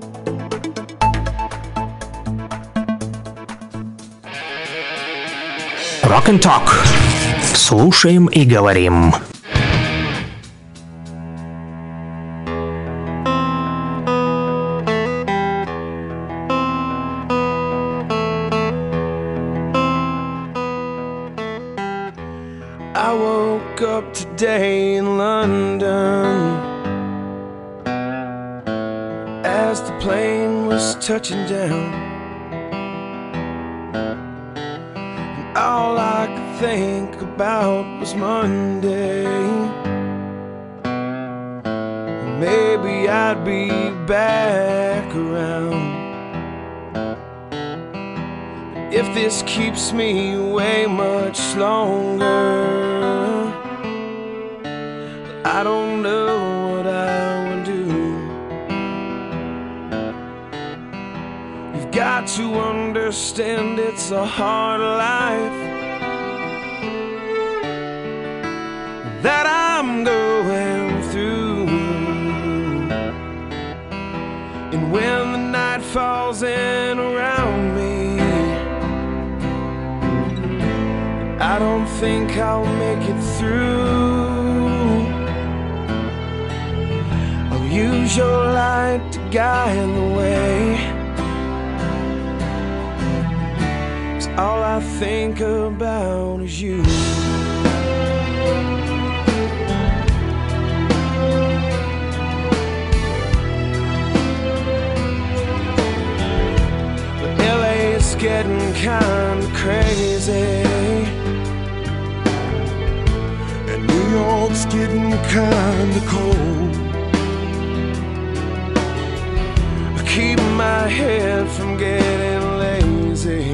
[SPEAKER 4] Rock and Talk. Слушаем и говорим.
[SPEAKER 5] I woke up today in London as the plane was touching down, and all I could think about was Monday. Maybe I'd be back around. If this keeps me away much longer, I don't know what I will do. You've got to understand it's a hard life that I'm going through. And when the night falls in around me, I don't think I'll make it through. I'll use your light to guide the way, 'cause all I think about is you. But LA's getting kinda crazy, New York's getting kinda cold. I keep my head from getting lazy.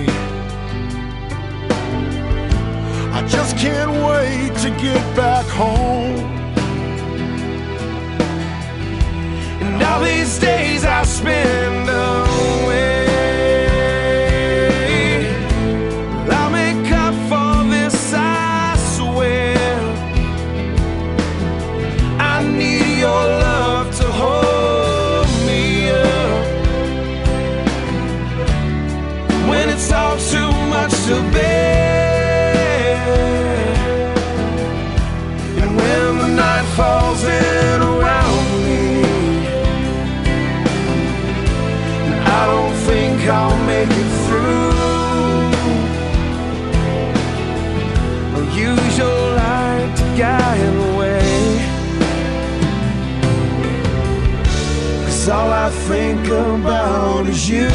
[SPEAKER 5] I just can't wait to get back home. And all these days I spend away, I'll make up for this, I swear. I need your love to hold me up when it's all too much to bear. And when the
[SPEAKER 6] 'cause all I think about is you.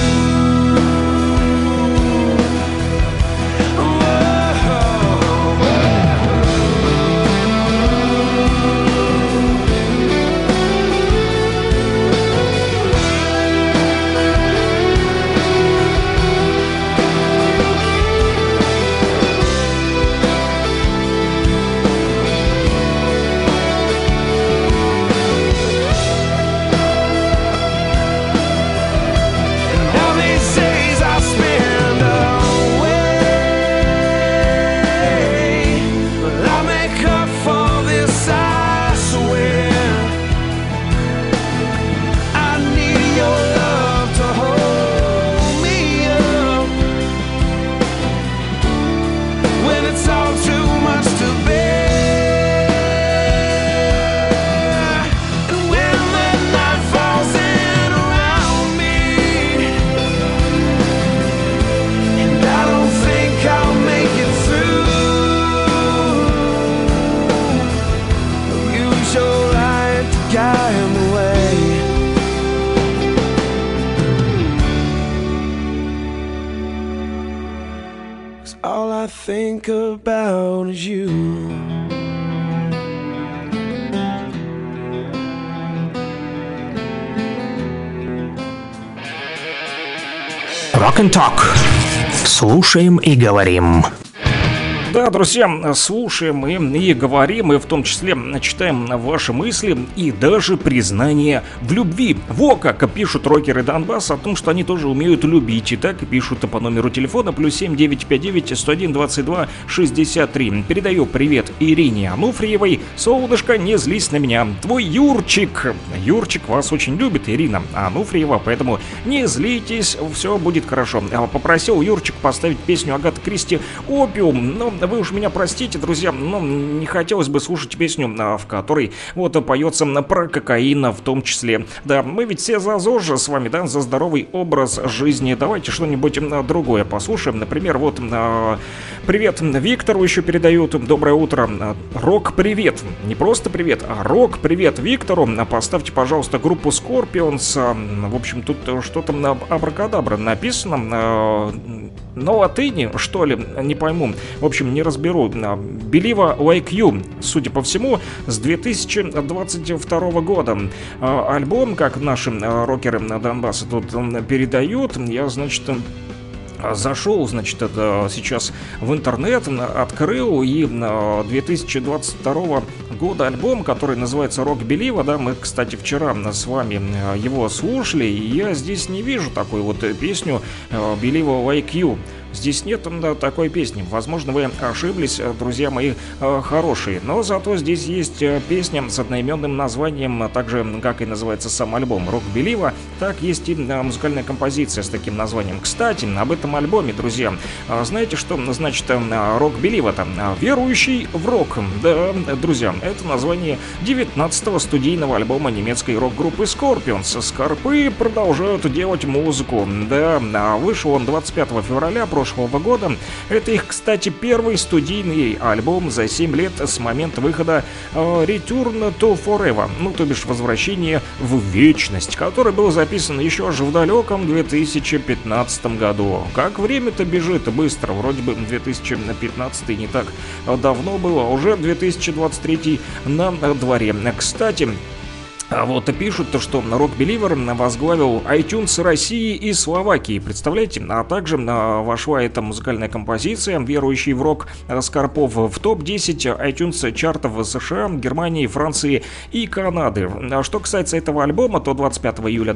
[SPEAKER 6] Think about is you.
[SPEAKER 4] Rock and Talk. Слушаем и говорим.
[SPEAKER 1] Да, друзья, слушаем и говорим, и в том числе читаем ваши мысли и даже признание в любви. Во как пишут рокеры Донбасса о том, что они тоже умеют любить. И так пишут по номеру телефона +7 959 101 22 63. Передаю привет Ирине Ануфриевой. Солнышко, не злись на меня. Твой Юрчик. Юрчик вас очень любит, Ирина Ануфриева, поэтому не злитесь, все будет хорошо. Попросил Юрчик поставить песню Агаты Кристи «Опиум». Но вы уж меня простите, друзья, но не хотелось бы слушать песню, в которой вот поется про кокаин в том числе. Да, мы ведь все за ЗОЖ с вами, да, за здоровый образ жизни. Давайте что-нибудь другое послушаем. Например, вот привет Виктору еще передают. Доброе утро. Рок-привет. Не просто привет, а рок-привет Виктору. Поставьте, пожалуйста, группу Scorpions. В общем, тут что-то абракадабра написано. На латыни, что ли, не пойму. В общем, не разберу. Believe Like You, судя по всему, с 2022 года. Альбом, как наши рокеры Донбасса тут передают, я, значит, зашел, значит, это сейчас в интернет, открыл, и 2022 года альбом, который называется Rock Believe, да, мы, кстати, вчера с вами его слушали, и я здесь не вижу такой вот песню Believe Like You. Здесь нет такой песни. Возможно, вы ошиблись, друзья мои хорошие. Но зато здесь есть песня с одноименным названием, так же, как и называется сам альбом Rock Believe. Так есть и музыкальная композиция с таким названием. Кстати, об этом альбоме, друзья, знаете, что значит Rock Believe-то? Верующий в рок. Да, друзья, это название 19-го студийного альбома немецкой рок-группы Scorpions. Скорпы продолжают делать музыку. Да, вышел он 25 февраля прошлого года. Это их, кстати, первый студийный альбом за 7 лет с момента выхода Return to Forever, ну, то бишь возвращение в вечность, который был записан еще аж в далеком 2015 году. Как время-то бежит быстро, вроде бы 2015 не так давно было, уже 2023 на дворе. Кстати, а вот пишут, что Rock Believer возглавил iTunes России и Словакии, представляете? А также вошла эта музыкальная композиция «Верующий в рок» Скорпов в топ-10 iTunes чартов США, Германии, Франции и Канады. Что касается этого альбома, то 25 июля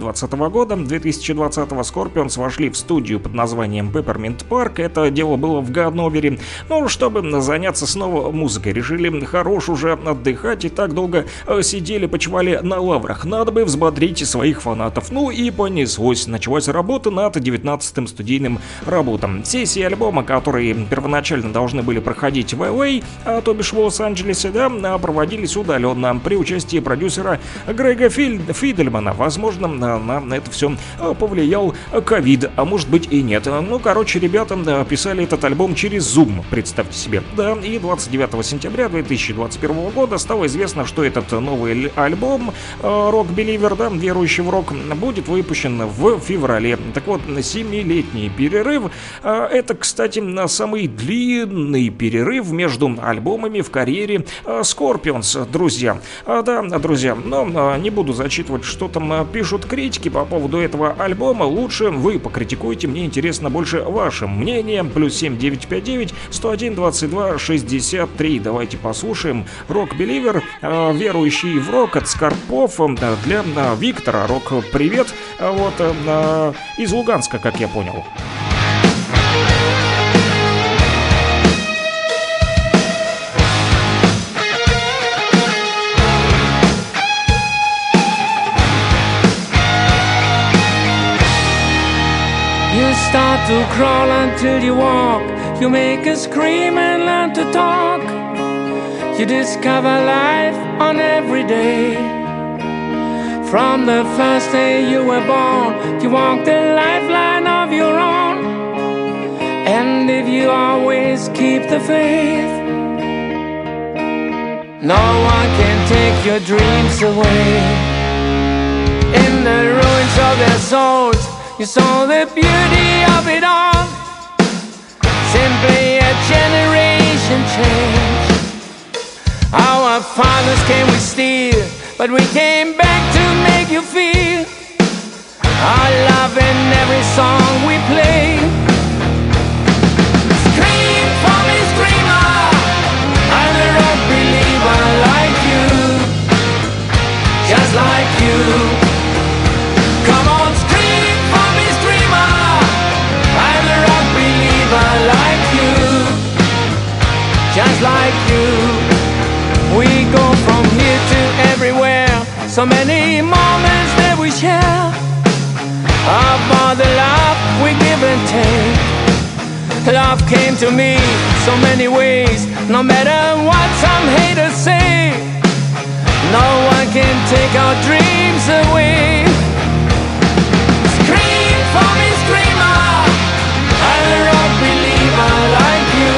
[SPEAKER 1] 2020 Scorpions вошли в студию под названием Peppermint Park. Это дело было в Ганновере. Ну, чтобы заняться снова музыкой, решили хорош уже отдыхать, и так долго сидели, почивали на лаврах. Надо бы взбодрить своих фанатов. Ну и понеслось. Началась работа над 19-м студийным работом. Сессии альбома, которые первоначально должны были проходить в LA, то бишь в Лос-Анджелесе, да, проводились удаленно при участии продюсера Грега Фидельмана. Возможно, на это все повлиял ковид, а может быть и нет. Ну, короче, ребята писали этот альбом через Zoom, представьте себе. Да, и 29 сентября 2021 года стало известно, что этот новый альбом Rock Believer, да, верующий в рок, будет выпущен в феврале. Так вот, 7-летний перерыв. Это, кстати, самый длинный перерыв между альбомами в карьере Scorpions, друзья. Да, друзья, но не буду зачитывать, что там пишут критики по поводу этого альбома. Лучше вы покритикуйте, мне интересно больше ваше мнение. +7 959 101 22 63. Давайте послушаем Rock Believer, верующий в рок от Скорпов, для Виктора. Рок, привет, вот, из Луганска, как я понял.
[SPEAKER 7] You start to crawl until you walk. You make a scream and learn to talk. You discover life on every day. From the first day you were born, you walk the lifeline of your own. And if you always keep the faith, no one can take your dreams away. In the ruins of their souls, you saw the beauty of it all. Simply a generation change. Our fathers came with steel, but we came back to make you feel our love in every song we play. Scream for me, screamer, I'm a rock believer like you, just like you. Come on, scream for me, screamer, I'm a rock believer like you, just like you. We go from here to everywhere, so many moments that we share. About the love we give and take. Love came to me so many ways, no matter what some haters say. No one can take our dreams away. Scream for me, screamer, I'm a rock believer like you,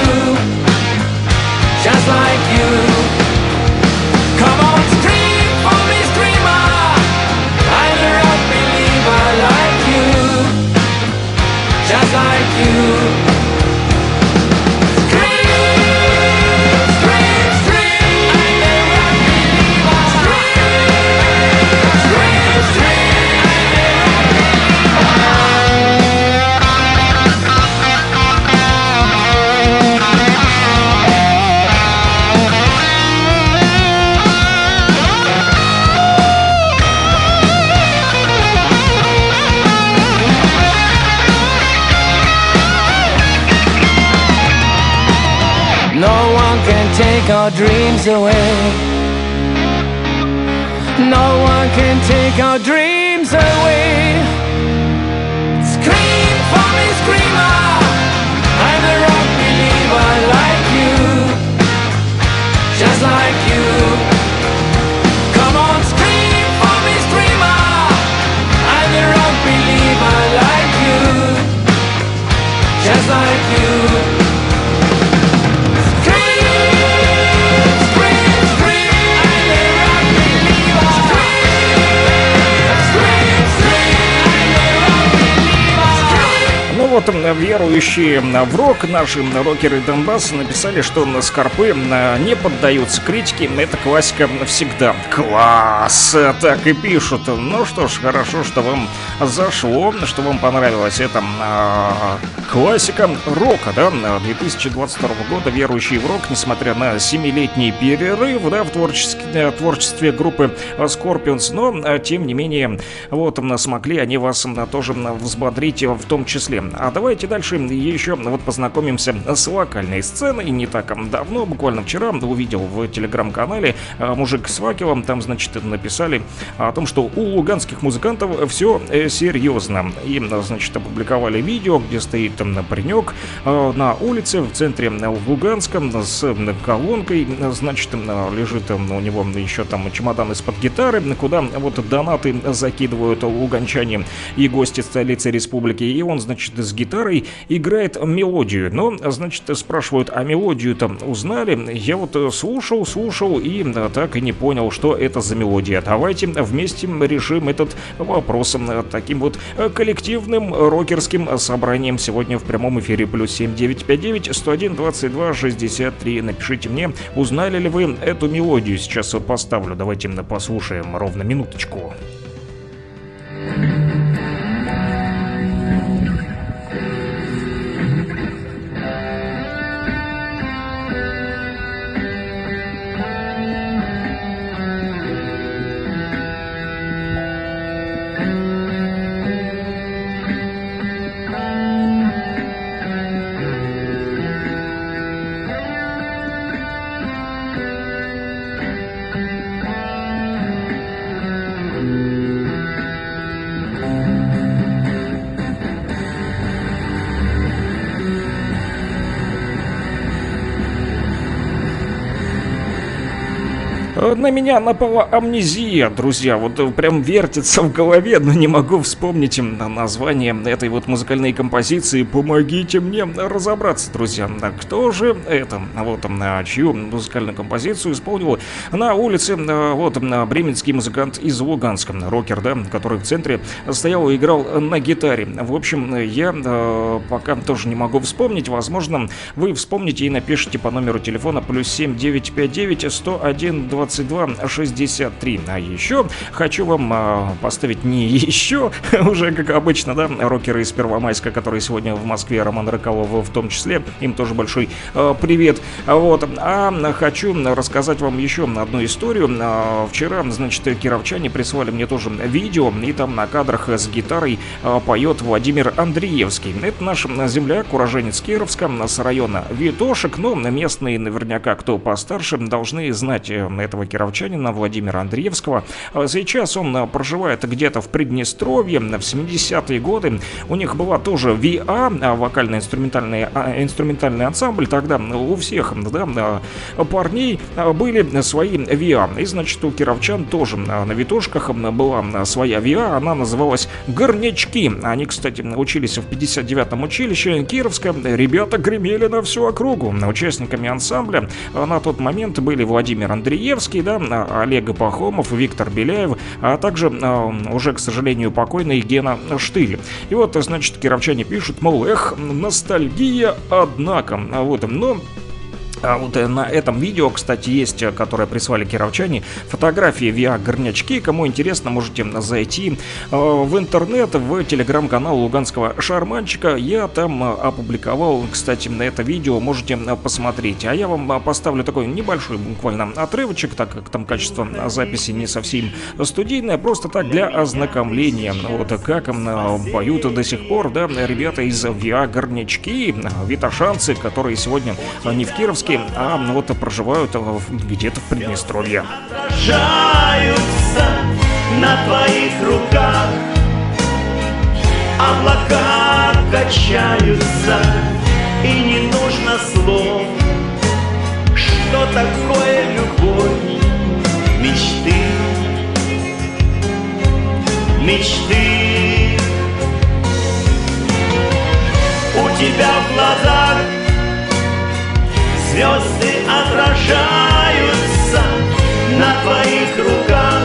[SPEAKER 7] just like you. Come on, scream for me, screamer, I'm a rock believer like you, just like you. Scream, scream, scream, I'm a rock believer. Scream, scream, scream, I'm a No one can take our dreams away. No one can take our dreams away. Scream for me, screamer, I'm a rock believer like you, just like you. Come on, scream for me, screamer, I'm a rock believer like you, just like you.
[SPEAKER 1] Вот верующие в рок, наши рокеры Донбасса написали, что Скорпы не поддаются критике. Это классика всегда. Класс! Так и пишут. Ну что ж, хорошо, что вам зашло, что вам понравилась эта классика рока, да, 2022 года. Верующие в рок, несмотря на 7-летний перерыв, да, в творчестве группы Scorpions, но тем не менее, вот смогли они вас тоже взбодрить в том числе. А давайте дальше еще вот познакомимся с локальной сценой. Не так давно, буквально вчера, увидел в телеграм-канале мужик с факелом. Там, значит, написали о том, что у луганских музыкантов все серьезно. И, значит, опубликовали видео, где стоит там паренек на улице в центре Луганска с колонкой. Значит, лежит у него еще там чемодан из-под гитары, куда вот донаты закидывают луганчане и гости столицы республики. И он, значит, с гитарой играет мелодию. Но, значит, спрашивают, а мелодию там узнали? Я вот слушал и так и не понял, что это за мелодия. Давайте вместе решим этот вопрос таким вот коллективным рокерским собранием сегодня в прямом эфире. +7 959 101 22 63. Напишите мне, узнали ли вы эту мелодию. Сейчас поставлю. Давайте послушаем ровно минуточку. На меня напала амнезия, друзья, вот прям вертится в голове, но не могу вспомнить название этой вот музыкальной композиции. Помогите мне разобраться, друзья, кто же это, вот чью музыкальную композицию исполнил на улице вот бременский музыкант из Луганска, рокер, да, который в центре стоял и играл на гитаре. В общем, я пока тоже не могу вспомнить, возможно, вы вспомните и напишите по номеру телефона +7 959 101 22 63. А еще хочу вам поставить не еще, уже как обычно, да, рокеры из Первомайска, которые сегодня в Москве, Роман Рыкалов в том числе, им тоже большой привет. Вот, а хочу рассказать вам еще одну историю. Вчера, значит, кировчане прислали мне тоже видео, и там на кадрах с гитарой поет Владимир Андреевский. Это наш земляк, уроженец Кировска, с района Витошек, но местные наверняка, кто постарше, должны знать этого кировчанина Владимира Андреевского. Сейчас он проживает где-то в Приднестровье. В 70-е годы у них была тоже ВИА, вокально-инструментальный ансамбль. Тогда у всех, да, парней были свои ВИА. И, значит, у кировчан тоже на Витошках была своя ВИА. Она называлась «Горнячки». Они, кстати, учились в 59-м училище Кировска. Ребята гремели на всю округу. Участниками ансамбля на тот момент были Владимир Андреевский, да, Олег Пахомов, Виктор Беляев, а также уже, к сожалению, покойный Гена Штыль. И вот, значит, кировчане пишут, мол, ностальгия, однако. Вот, но... А вот на этом видео, кстати, есть, которое прислали кировчане, фотографии ВИА «Горнячки». Кому интересно, можете зайти в интернет, в телеграм-канал Луганского шарманчика. Я там опубликовал, кстати, на это видео, можете посмотреть. А я вам поставлю такой небольшой буквально отрывочек, так как там качество записи не совсем студийное, просто так для ознакомления. Вот как поют до сих пор, да, ребята из ВИА «Горнячки», витошанцы, которые сегодня не в Кировске, а вот проживают где-то в Приднестровье.
[SPEAKER 10] Отражаются на твоих руках, облака качаются, и не нужно слов. Что такое любовь? Мечты, мечты. У тебя в глазах звезды отражаются на твоих руках.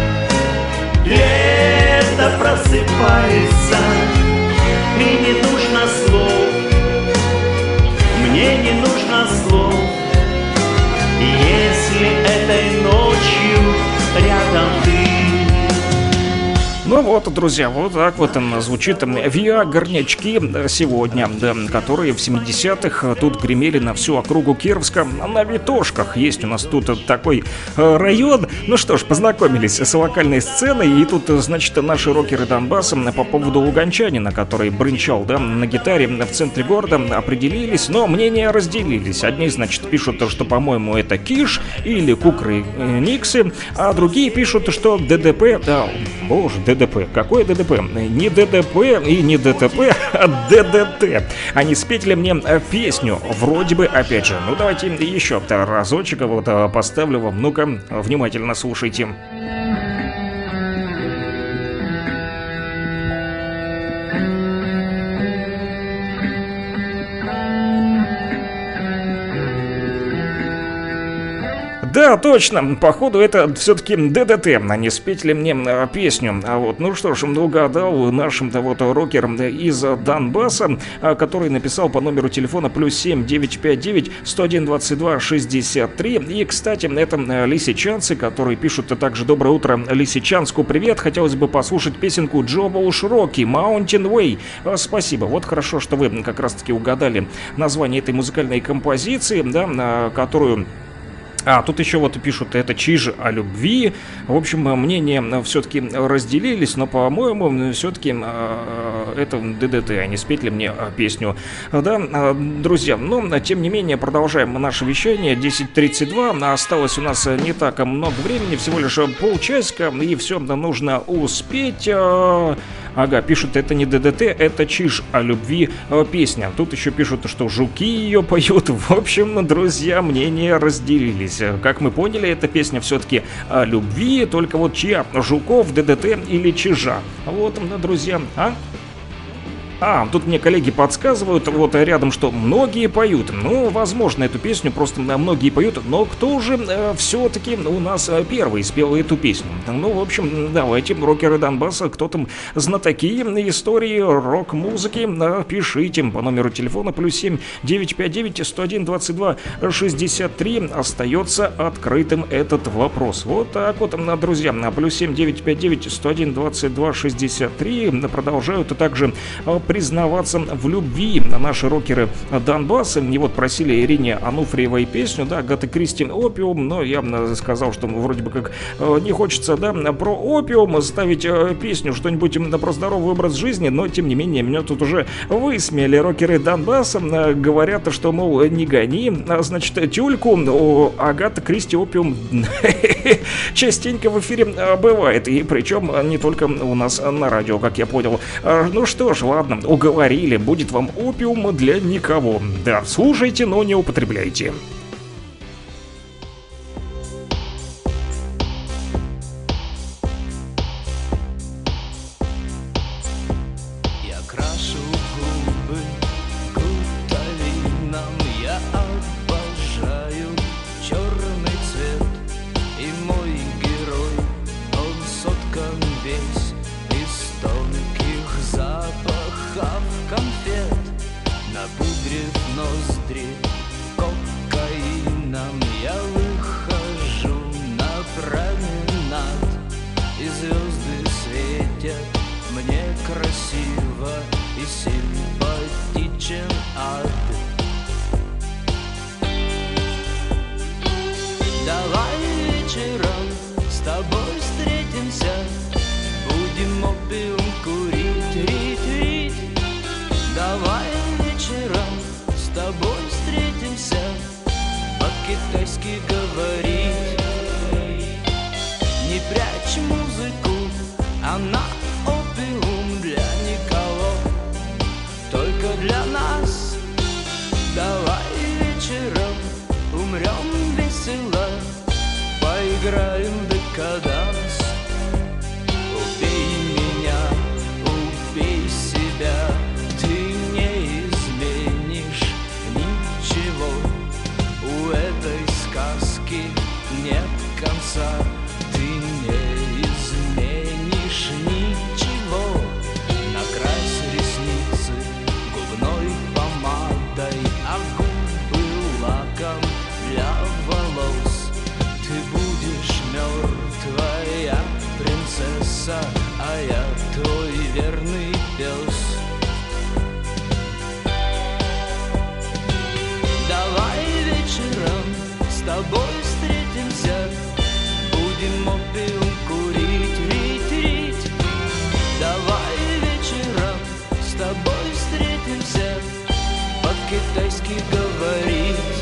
[SPEAKER 10] Лето просыпается, и не нужно слов. Мне не нужно слов, если этой ночью рядом ты.
[SPEAKER 1] Ну вот, друзья, вот так вот звучит ВИА «Горнячки» сегодня, да, которые в 70-х тут гремели на всю округу Кировска на Витошках. Есть у нас тут такой район. Ну что ж, познакомились с локальной сценой, и тут, значит, наши рокеры Донбасса по поводу луганчанина, который брынчал, да, на гитаре в центре города, определились, но мнения разделились. Одни, значит, пишут, что, по-моему, это Киш или Кукры Никсы, а другие пишут, что ДДП, да, боже, ДДП. Какое ДДП? Не ДДП и не ДТП, а ДДТ. Они спетили мне песню, вроде бы, опять же. Ну, давайте еще разочек вот поставлю вам. Ну-ка, внимательно слушайте. Да, точно, походу это все-таки ДДТ, а не спеть ли мне песню. А вот, ну что ж, угадал наш вот рокер из Донбасса, который написал по номеру телефона +7 959 101 22 63. И, кстати, это лисичанцы, которые пишут также: доброе утро Лисичанску, привет, хотелось бы послушать песенку Джо Волш Рокки Mountain Way. Спасибо, вот хорошо, что вы как раз-таки угадали название этой музыкальной композиции, да, которую... Тут еще вот пишут, это Чиж о любви. В общем, мнения все-таки разделились, но, по-моему, все-таки это ДДТ, а не спеть ли мне песню. Да, друзья, но, тем не менее, продолжаем наше вещание. 10:32, осталось у нас не так много времени, всего лишь полчасика, и все нужно успеть. Ага, пишут, это не ДДТ, это Чиж о любви песня. Тут еще пишут, что жуки ее поют. В общем, друзья, мнения разделились. Как мы поняли, эта песня все-таки о любви, только вот чья? Жуков, ДДТ или Чижа? Вот, друзья, тут мне коллеги подсказывают, вот рядом, что многие поют. Ну, возможно, эту песню просто многие поют, но кто же все-таки у нас первый спел эту песню? Ну, в общем, давайте, рокеры Донбасса, кто там знатоки истории рок-музыки, пишите по номеру телефона +7 959 101 22 63. Остается открытым этот вопрос. Вот так вот, друзья, +7 959 101 22 63 продолжают также признаваться в любви наши рокеры Донбасса. И вот просили Ирине Ануфриевой песню, да, Агаты Кристи «Опиум», но я сказал, что вроде бы как не хочется, да, про опиум ставить песню, что-нибудь про здоровый образ жизни, но тем не менее меня тут уже высмеяли рокеры Донбасса, говорят, что, мол, не гони, значит, тюльку, Агата Кристи «Опиум» частенько в эфире бывает, и причем не только у нас на радио, как я понял. Ну что ж, ладно, уговорили, будет вам опиум для никого. Да, слушайте, но не употребляйте.
[SPEAKER 7] Я крашу губы гуталином, я обожаю черный цвет. И мой герой, он соткан весь из тонких запахов конфет. Напудрив ноздри кокаином, я выхожу на променад, и звезды светят мне красиво, и симпатичен ад. Давай вечером с тобой встретимся, будем опиум курить, рить. Давай вечером с тобой встретимся, по-китайски говорить. Не прячь музыку, она опиум для никого, только для нас. Давай вечером умрем весело, поиграем в декаданс. Убей меня, убей себя, ты не изменишь ничего. У этой сказки нет конца, ты не изменишь ничего. Накрась ресницы губной помадой, а губы лаком для волос. Ты будешь мертвая принцесса, а я твой верный пес. Давай вечером с тобой встретимся, будем опиум курить, рить. Давай вечером с тобой встретимся, по-китайски говорить.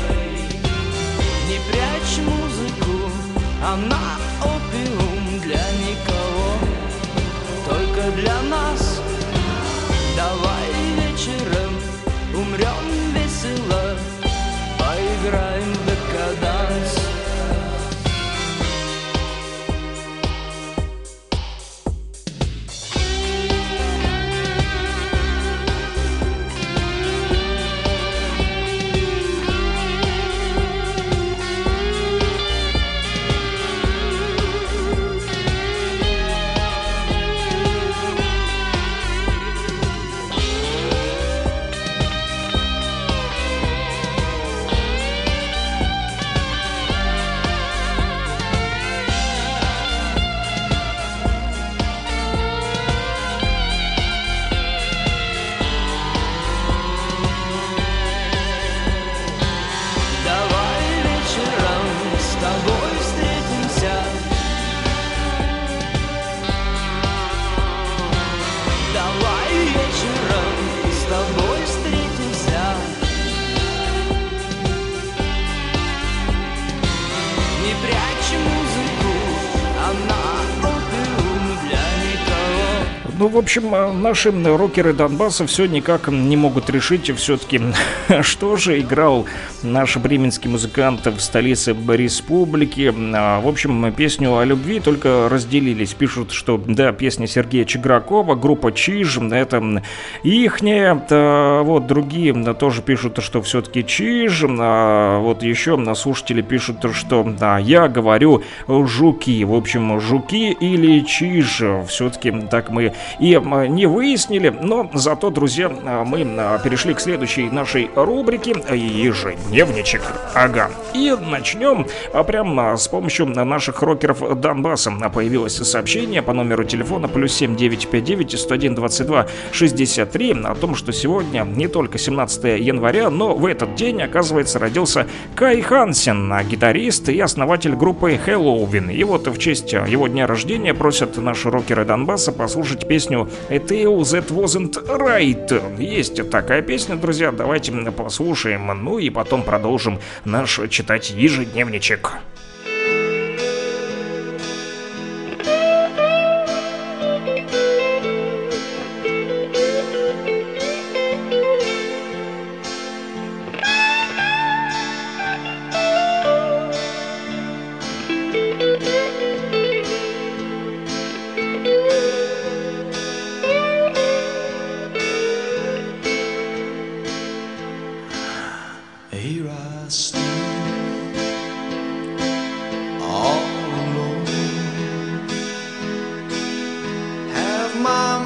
[SPEAKER 7] Не прячь музыку, она опиум для никого, только для нас. Давай вечером умрем весело, поиграем в декаданс.
[SPEAKER 1] Ну, в общем, наши рокеры Донбасса все никак не могут решить все-таки, что же играл наш бременский музыкант в столице республики. В общем, песню о любви только разделились. Пишут, что да, песня Сергея Чигракова, группа Чиж, это ихняя. Вот другие тоже пишут, что все-таки Чиж. Вот еще слушатели пишут, что да, я говорю жуки. В общем, жуки или Чиж. Все-таки так мы и не выяснили. Но зато, друзья, мы перешли к следующей нашей рубрике «Ежедневничек». Ага. И начнем прям с помощью наших рокеров Донбасса. Появилось сообщение по номеру телефона +7 959 101 22 63 о том, что сегодня не только 17 января, но в этот день, оказывается, родился Кай Хансен, гитарист и основатель группы Helloween. И вот в честь его дня рождения просят наши рокеры Донбасса послушать песню «A Tale That Wasn't Right». Есть такая песня, друзья, давайте послушаем, ну и потом продолжим наш читать ежедневничек.
[SPEAKER 6] Here I stand, all alone. Have my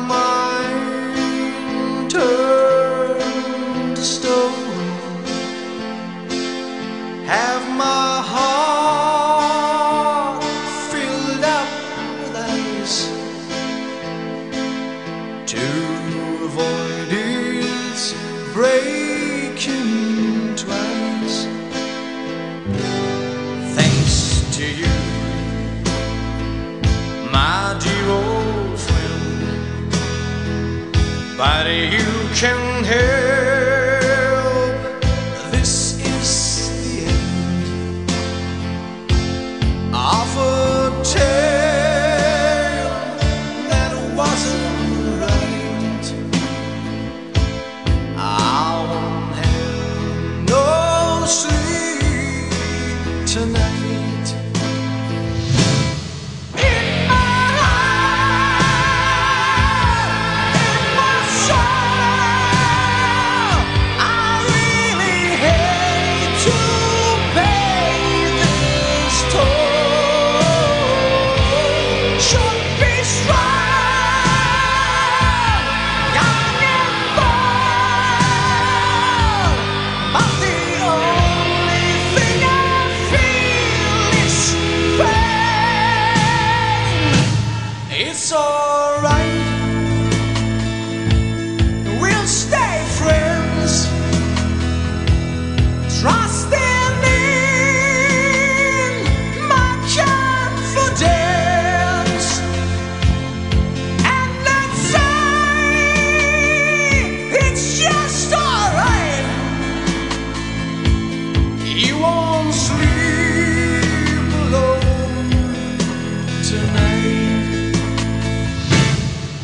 [SPEAKER 6] mind turned to stone. Have my heart filled up with ice to avoid its breaking. Thanks to you, my dear old friend, but you can help. This is the end of a tale that wasn't right. I won't have no sleep tonight. In my heart, in my soul, I really hate to pay this toll. Should be strong, young and bold, but the only thing I feel is pain. It's alright, we'll stay friends, trusting in my confidence, and let's say it's just alright. You won't sleep alone tonight.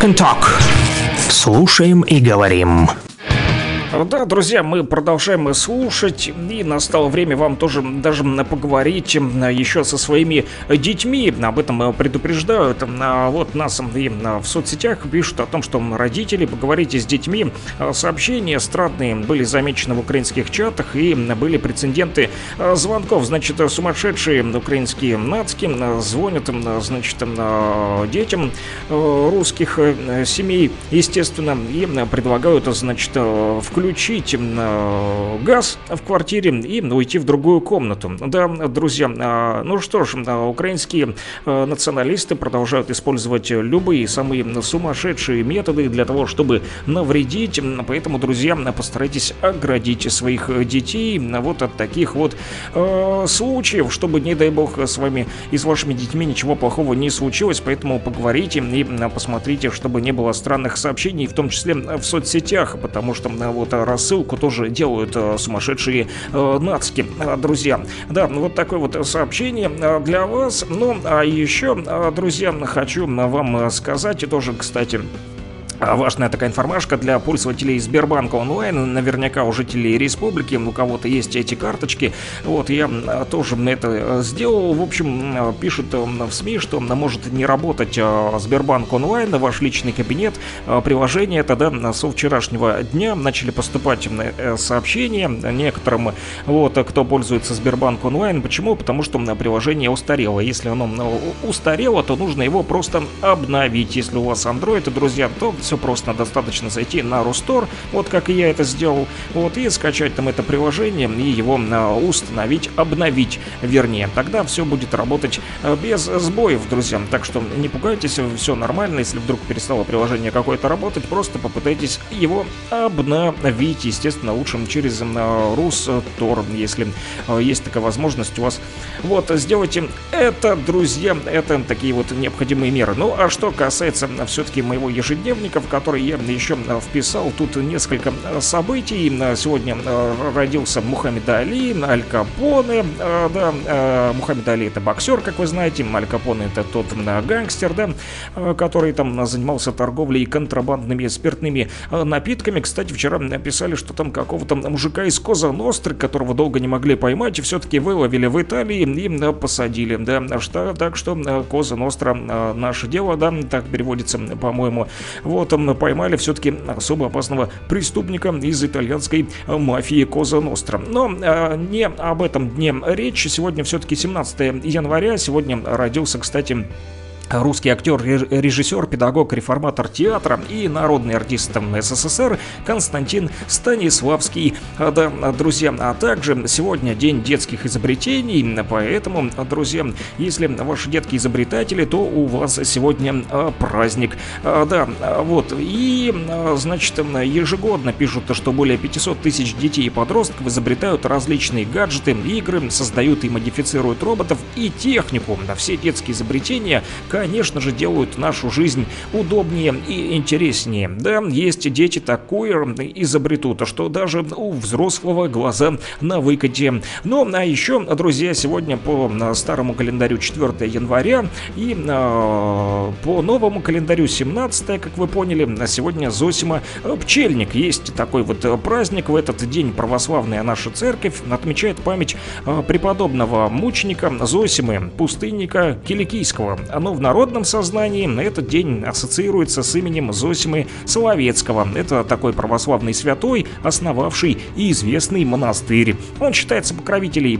[SPEAKER 4] Walk and Talk. Слушаем и говорим.
[SPEAKER 1] Да, друзья, мы продолжаем слушать, и настало время вам тоже даже поговорить еще со своими детьми. Об этом предупреждают. Вот нас и в соцсетях пишут о том, что родители, поговорите с детьми. Сообщения странные были замечены в украинских чатах, и были прецеденты звонков. Значит, сумасшедшие украинские нацки звонят, значит, детям русских семей, естественно, и предлагают, значит, включить газ в квартире и уйти в другую комнату. Да, друзья, ну что ж, украинские националисты продолжают использовать любые самые сумасшедшие методы для того, чтобы навредить. Поэтому, друзья, постарайтесь оградить своих детей вот от таких вот случаев, чтобы, не дай бог, с вами и с вашими детьми ничего плохого не случилось. Поэтому поговорите и посмотрите, чтобы не было странных сообщений, в том числе в соцсетях, потому что вот рассылку тоже делают сумасшедшие нацики, друзья. Да, вот такое вот сообщение для вас. Ну, а еще, друзья, хочу вам сказать, и тоже, кстати, важная такая информашка для пользователей Сбербанка онлайн, наверняка у жителей республики, у кого-то есть эти карточки, вот, я тоже это сделал. В общем, пишут в СМИ, что может не работать Сбербанк онлайн, ваш личный кабинет, приложение. Тогда со вчерашнего дня начали поступать сообщения некоторым, вот, кто пользуется Сбербанк онлайн. Почему? Потому что приложение устарело. Если оно устарело, то нужно его просто обновить. Если у вас Android, друзья, то все просто, достаточно зайти на Рустор, вот как и я это сделал, вот, и скачать там это приложение и его установить, обновить, вернее. Тогда все будет работать без сбоев, друзья. Так что не пугайтесь, все нормально. Если вдруг перестало приложение какое-то работать, просто попытайтесь его обновить. Естественно, лучше через Рустор, если есть такая возможность у вас. Вот, сделайте это, друзья. Это такие вот необходимые меры. Ну, а что касается все-таки моего ежедневника, в который я еще вписал тут несколько событий. Сегодня родился Мухаммед Али, Аль Капоне. Да, Мухаммед Али — это боксер, как вы знаете. Аль Капоне — это тот гангстер, да, который там занимался торговлей контрабандными спиртными напитками. Кстати, вчера написали, что там какого-то мужика из Коза Ностры, которого долго не могли поймать, все-таки выловили в Италии и посадили. Да, так что Коза Ностра — наше дело, да, так переводится, по-моему. Вот, поймали все-таки особо опасного преступника из итальянской мафии Коза Ностра. Но не об этом дне речь. Сегодня все-таки 17 января. Сегодня родился, кстати, русский актер, режиссер, педагог, реформатор театра и народный артист СССР Константин Станиславский. Да, друзья, а также сегодня день детских изобретений, поэтому, друзья, если ваши детки изобретатели, то у вас сегодня праздник. Да, вот, и, значит, ежегодно пишут, что более 500 тысяч детей и подростков изобретают различные гаджеты, игры, создают и модифицируют роботов и технику. Все детские изобретения, конечно же, делают нашу жизнь удобнее и интереснее. Да, есть дети такое изобретут, что даже у взрослого глаза на выкате. Ну, а еще, друзья, сегодня по старому календарю 4 января и по новому календарю 17, как вы поняли, сегодня Зосима Пчельник. Есть такой вот праздник. В этот день православная наша церковь отмечает память преподобного мученика Зосимы, пустынника Киликийского. Но в народном сознании этот день ассоциируется с именем Зосимы Соловецкого. Это такой православный святой, основавший и известный монастырь. Он считается покровителем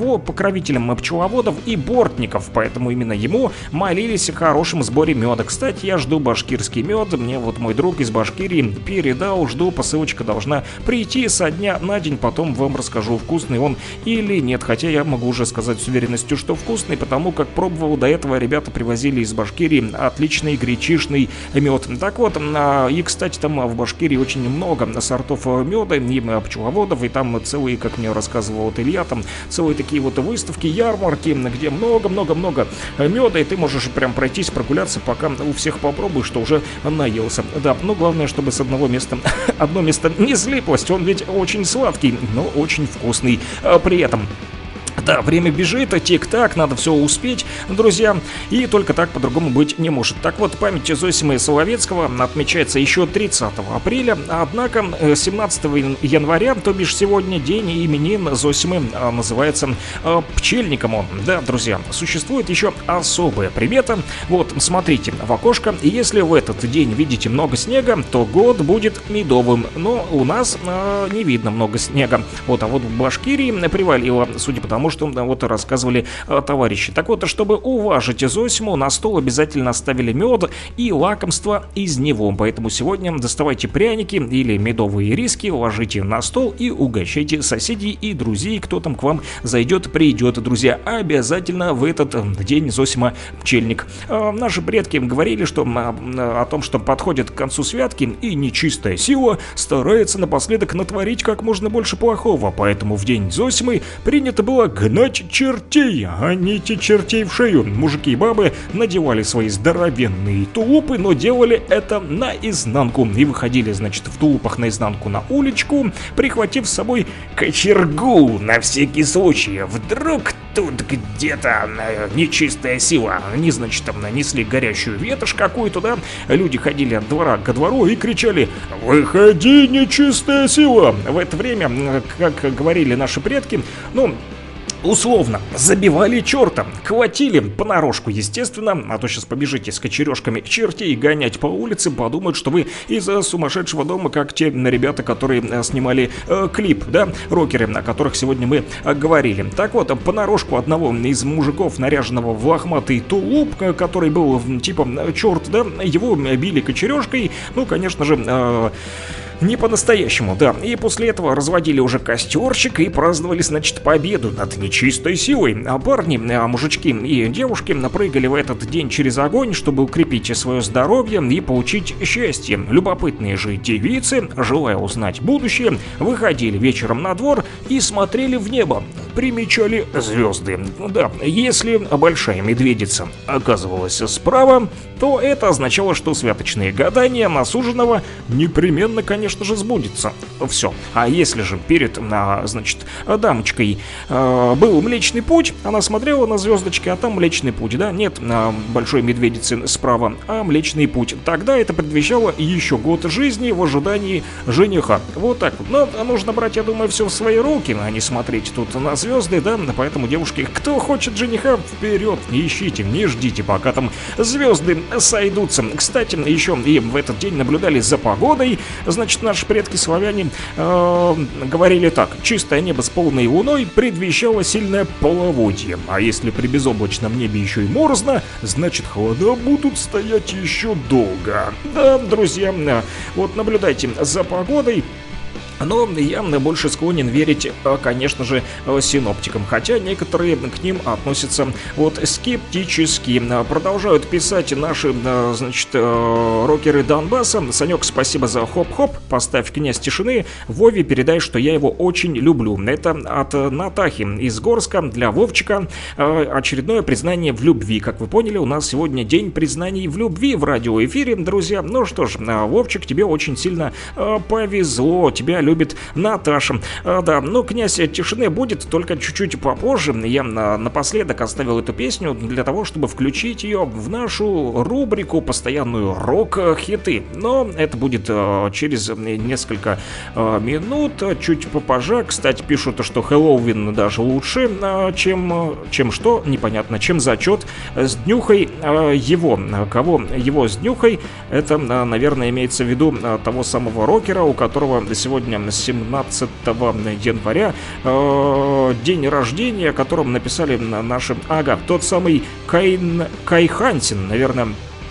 [SPEAKER 1] пчеловодов и бортников, поэтому именно ему молились о хорошем сборе меда. Кстати, я жду башкирский мед. Мне вот мой друг из Башкирии передал, жду, посылочка должна прийти со дня на день. Потом вам расскажу, вкусный он или нет. Хотя я могу уже сказать с уверенностью, что вкусный, потому как пробовал до этого, ребята привозили из Башкирии отличный гречишный мед. Так вот, и, кстати, там в Башкирии очень много сортов меда, и пчеловодов, и там целые, как мне рассказывал вот Илья, там целые такие вот выставки, ярмарки, где много-много-много меда, и ты можешь прям пройтись, прогуляться, пока у всех попробуешь, что уже наелся. Да, но главное, чтобы с одного места одно место не слиплось, он ведь очень сладкий, но очень вкусный при этом. Да, время бежит, тик-так, надо все успеть, друзья, и только так по-другому быть не может. Так вот, память Зосимы Соловецкого отмечается еще 30 апреля, однако 17 января, то бишь сегодня, день именин Зосимы, называется пчельником он. Да, друзья, существует еще особая примета. Вот, смотрите в окошко, и если в этот день видите много снега, то год будет медовым, но у нас не видно много снега. Вот, а вот в Башкирии привалило, судя по тому, что вот рассказывали товарищи. Так вот, чтобы уважить Зосиму, на стол обязательно ставили мед и лакомство из него. Поэтому сегодня доставайте пряники или медовые риски, ложите на стол и угощайте соседей и друзей, кто там к вам зайдет, придет. Друзья, обязательно в этот день Зосима пчельник. Наши предки говорили, что о том, что подходит к концу святки, и нечистая сила старается напоследок натворить как можно больше плохого. Поэтому в день Зосимы принято было гнать чертей, гоните чертей в шею. Мужики и бабы надевали свои здоровенные тулупы, но делали это наизнанку. И выходили, значит, в тулупах наизнанку на уличку, прихватив с собой кочергу на всякий случай. Вдруг тут где-то нечистая сила. Они, значит, там нанесли горящую ветошь какую-то, да? Люди ходили от двора ко двору и кричали: «Выходи, нечистая сила!» В это время, как говорили наши предки, условно, забивали черта, хватили понарошку, естественно, а то сейчас побежите с кочережками чертей гонять по улице, подумают, что вы из сумасшедшего дома, как те ребята, которые снимали клип, да, рокеры, о которых сегодня мы говорили. Так вот, понарошку одного из мужиков, наряженного в лохматый тулуп, который был типа черт, да, его били кочережкой, конечно же, не по-настоящему, да. И после этого разводили уже костерчик и праздновали, значит, победу над нечистой силой. А парни, мужички и девушки прыгали в этот день через огонь, чтобы укрепить свое здоровье и получить счастье. Любопытные же девицы, желая узнать будущее, выходили вечером на двор и смотрели в небо, примечали звезды. Да, если большая медведица оказывалась справа, то это означало, что святочные гадания на суженого непременно, конечно же, сбудется. Все. А если же перед, значит, дамочкой был Млечный Путь, она смотрела на звездочки, а там Млечный Путь, да? Нет большой медведицы справа, а Млечный Путь. Тогда это предвещало еще год жизни в ожидании жениха. Вот так вот. Но нужно брать, я думаю, все в свои руки, а не смотреть тут на звезды, да? Поэтому, девушки, кто хочет жениха, вперед, ищите, не ждите, пока там звезды сойдутся. Кстати, еще и в этот день наблюдали за погодой. Значит, наши предки славяне говорили так: чистое небо с полной луной предвещало сильное половодье. А если при безоблачном небе еще и морозно, значит, холода будут стоять еще долго. Да, друзья, вот наблюдайте за погодой. Но я больше склонен верить, конечно же, синоптикам, хотя некоторые к ним относятся вот скептически. Продолжают писать наши, значит, рокеры Донбасса. Санек, спасибо за хоп-хоп, поставь князь тишины. Вове передай, что я его очень люблю. Это от Натахи из Горска для Вовчика. Очередное признание в любви. Как вы поняли, у нас сегодня день признаний в любви в радиоэфире, друзья. Ну что ж, Вовчик, тебе очень сильно повезло, тебя любит Наташа. Да, но князь тишины будет только чуть-чуть попозже. Я напоследок оставил эту песню для того, чтобы включить ее в нашу рубрику постоянную рок-хиты. Но это будет через несколько минут, чуть попозже. Кстати, пишут, что Хэллоуин даже лучше, чем что, непонятно, чем зачет с днюхой его. Кого его с днюхой? Это, наверное, имеется в виду того самого рокера, у которого сегодня 17 января день рождения, о котором написали наши... Ага, тот самый Кайхансен, наверное,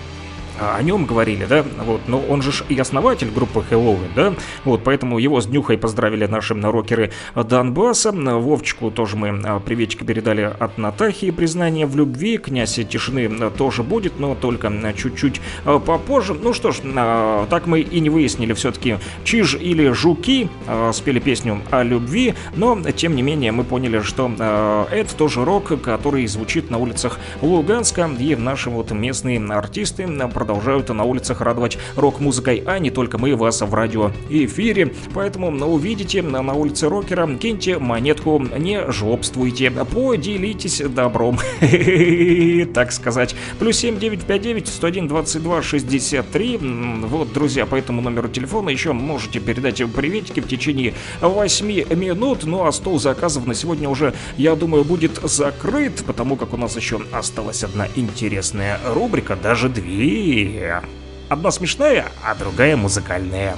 [SPEAKER 1] о нем говорили, да, вот, но он же и основатель группы Хэллоуин, да, вот, поэтому его с днюхой поздравили наши рокеры Донбасса. Вовчику тоже мы приветики передали от Натахи, признание в любви. Князь тишины тоже будет, но только чуть-чуть попозже. Ну что ж, так мы и не выяснили все-таки, Чиж или Жуки спели песню о любви, но тем не менее мы поняли, что это тоже рок, который звучит на улицах Луганска, и наши вот местные артисты продолжают продолжают на улицах радовать рок-музыкой, а не только мы вас в радиоэфире. Поэтому увидите на улице рокера, киньте монетку, не жлобствуйте, поделитесь добром, так сказать. Плюс 7959 101 22 63. Вот, друзья, по этому номеру телефона еще можете передать приветики в течение 8 минут. Ну а стол заказов на сегодня уже, я думаю, будет закрыт, потому как у нас еще осталась одна интересная рубрика, даже две. Одна смешная, а другая музыкальная.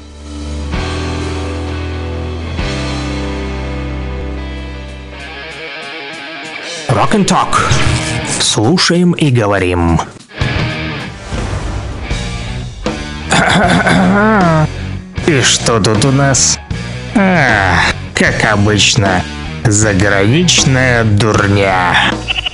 [SPEAKER 4] Rock and Talk. Слушаем и говорим. И что тут у нас? Как обычно, заграничная дурня.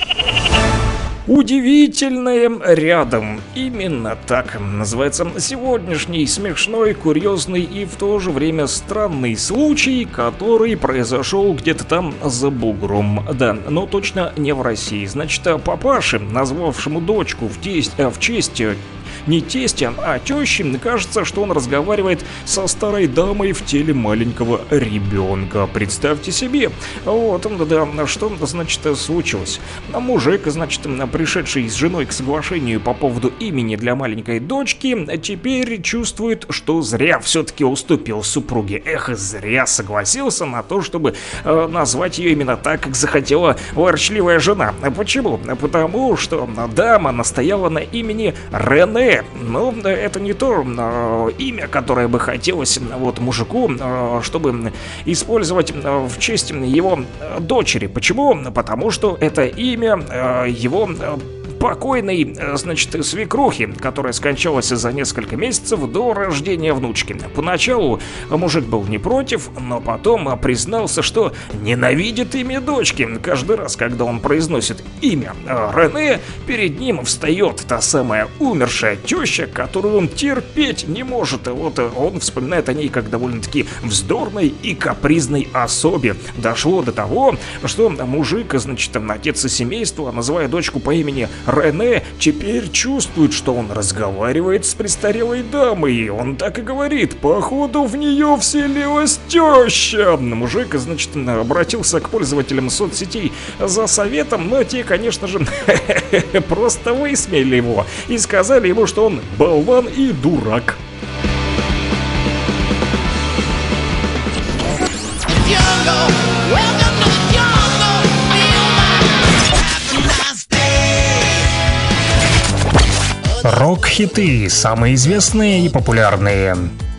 [SPEAKER 1] Удивительное рядом. Именно так называется сегодняшний смешной, курьезный и в то же время странный случай, который произошел где-то там за бугром. Да, но точно не в России. Значит, папаше, назвавшему дочку в честь не тестя, а тещи, кажется, что он разговаривает со старой дамой в теле маленького ребенка. Представьте себе. Вот, да, что, значит, случилось. Мужик, значит, пришедший с женой к соглашению по поводу имени для маленькой дочки, теперь чувствует, что зря все-таки уступил супруге. Эх, зря согласился на то, чтобы назвать ее именно так, как захотела ворчливая жена. Почему? Потому что дама настояла на имени Рене. Но это не то имя, которое бы хотелось вот мужику, чтобы использовать в честь его дочери. Почему? Потому что это имя его покойной, значит, свекрухи, которая скончалась за несколько месяцев до рождения внучки. Поначалу мужик был не против, но потом признался, что ненавидит имя дочки. Каждый раз, когда он произносит имя Рене, перед ним встает та самая умершая теща, которую он терпеть не может. Вот он вспоминает о ней как довольно-таки вздорной и капризной особе. Дошло до того, что мужик, значит, отец семейства, называя дочку по имени Рене, теперь чувствует, что он разговаривает с престарелой дамой. Он так и говорит: походу в нее вселилась теща. Мужик, значит, обратился к пользователям соцсетей за советом, но те, конечно же, просто высмеяли его и сказали ему, что он болван и дурак.
[SPEAKER 4] Рок-хиты, самые известные и популярные.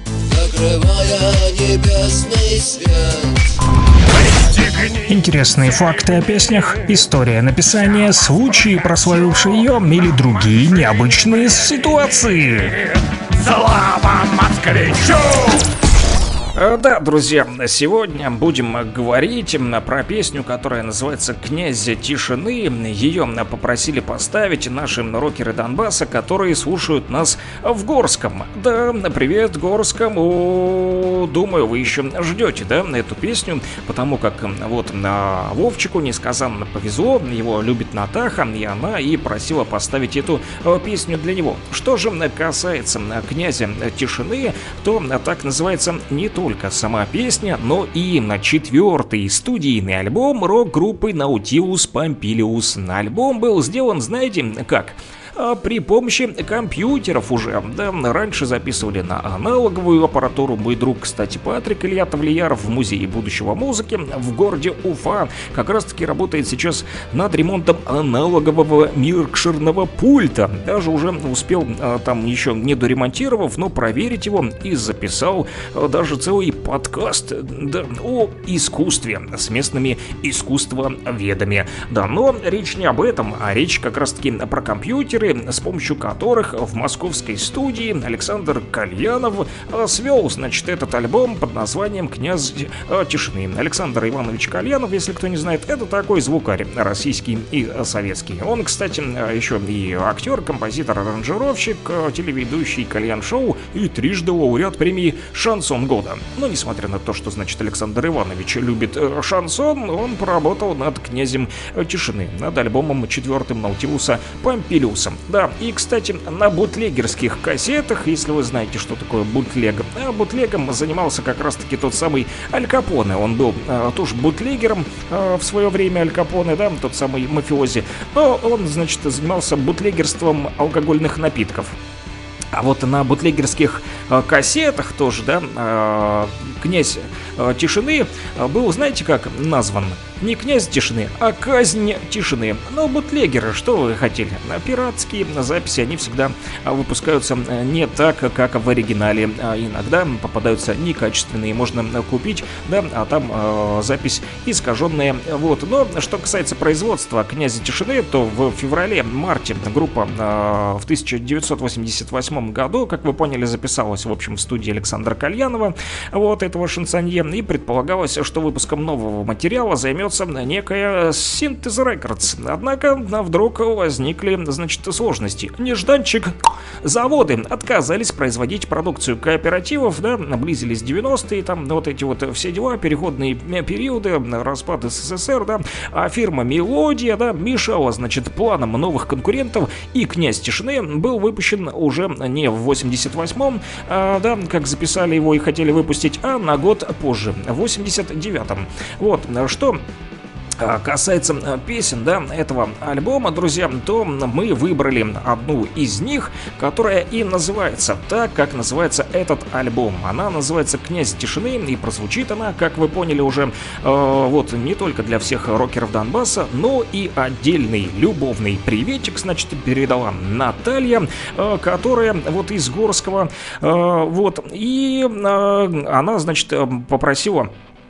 [SPEAKER 4] Интересные факты о песнях, история написания, случаи, прославившие ее, или другие необычные ситуации.
[SPEAKER 1] Слава москвичу! Да, друзья, сегодня будем говорить про песню, которая называется «Князь тишины». Ее попросили поставить наши рокеры Донбасса, которые слушают нас в Горском. Да, привет Горскому. Думаю, вы еще ждете, да, эту песню, потому как вот Вовчику несказанно повезло, его любит Натаха, и она и просила поставить эту песню для него. Что же касается «Князя тишины», то так называется не только сама песня, но и на 4-й студийный альбом рок-группы Nautilus Pompilius. Альбом был сделан, знаете, как? При помощи компьютеров уже. Да, раньше записывали на аналоговую аппаратуру. Мой друг, кстати, Патрик Илья Тавлияров в Музее будущего музыки в городе Уфа как раз-таки работает сейчас над ремонтом аналогового микшерного пульта. Даже уже успел, там еще не доремонтировав, но проверить его и записал даже целый подкаст, да, о искусстве с местными искусствоведами. Да, но речь не об этом, а речь как раз-таки про компьютеры, с помощью которых в московской студии Александр Кальянов свел, значит, этот альбом под названием «Князь тишины». Александр Иванович Кальянов, если кто не знает, это такой звукарь российский и советский. Он, кстати, еще и актер, композитор, аранжировщик, телеведущий кальян-шоу и трижды лауреат премии «Шансон года». Но несмотря на то, что, значит, Александр Иванович любит шансон, он поработал над «Князем тишины», над альбомом 4-м Наутилуса Помпилиуса. рекордсом. Да, и, кстати, на бутлегерских кассетах, если вы знаете, что такое бутлег, бутлегом занимался как раз-таки тот самый Аль Капоне. Он был тоже бутлегером в свое время, Аль Капоне, да, тот самый мафиози. Но он, значит, занимался бутлегерством алкогольных напитков. А вот на бутлегерских кассетах тоже, да, князь тишины был, знаете, как назван? Не князь тишины, а казнь тишины. Но бутлегеры, что вы хотели? Пиратские записи, они всегда выпускаются не так, как в оригинале. Иногда попадаются некачественные, можно купить, да, а там запись искаженная. Вот. Но что касается производства князя тишины, то в феврале-марте группа в 1988 году, как вы поняли, записалась, в общем, в студии Александра Кальянова, вот, этого шансонье, и предполагалось, что выпуском нового материала займется некая Синтез Рекордс. Однако вдруг возникли, значит, сложности. Нежданчик. Заводы отказались производить продукцию кооперативов, да, наблизились 90-е, там вот эти вот все дела, переходные периоды, распад СССР, да, а фирма Мелодия, да, мешала, значит, планам новых конкурентов, и князь тишины был выпущен уже не в 88-м, да, как записали его и хотели выпустить, а на год позже, в 89-м. Вот, что касается песен, да, этого альбома, друзья, то мы выбрали одну из них, которая и называется так, как называется этот альбом. Она называется «Князь тишины», и прозвучит она, как вы поняли уже, вот, не только для всех рокеров Донбасса, но и отдельный любовный приветик, значит, передала Наталья, которая вот из Горского, вот, и она, значит, попросила,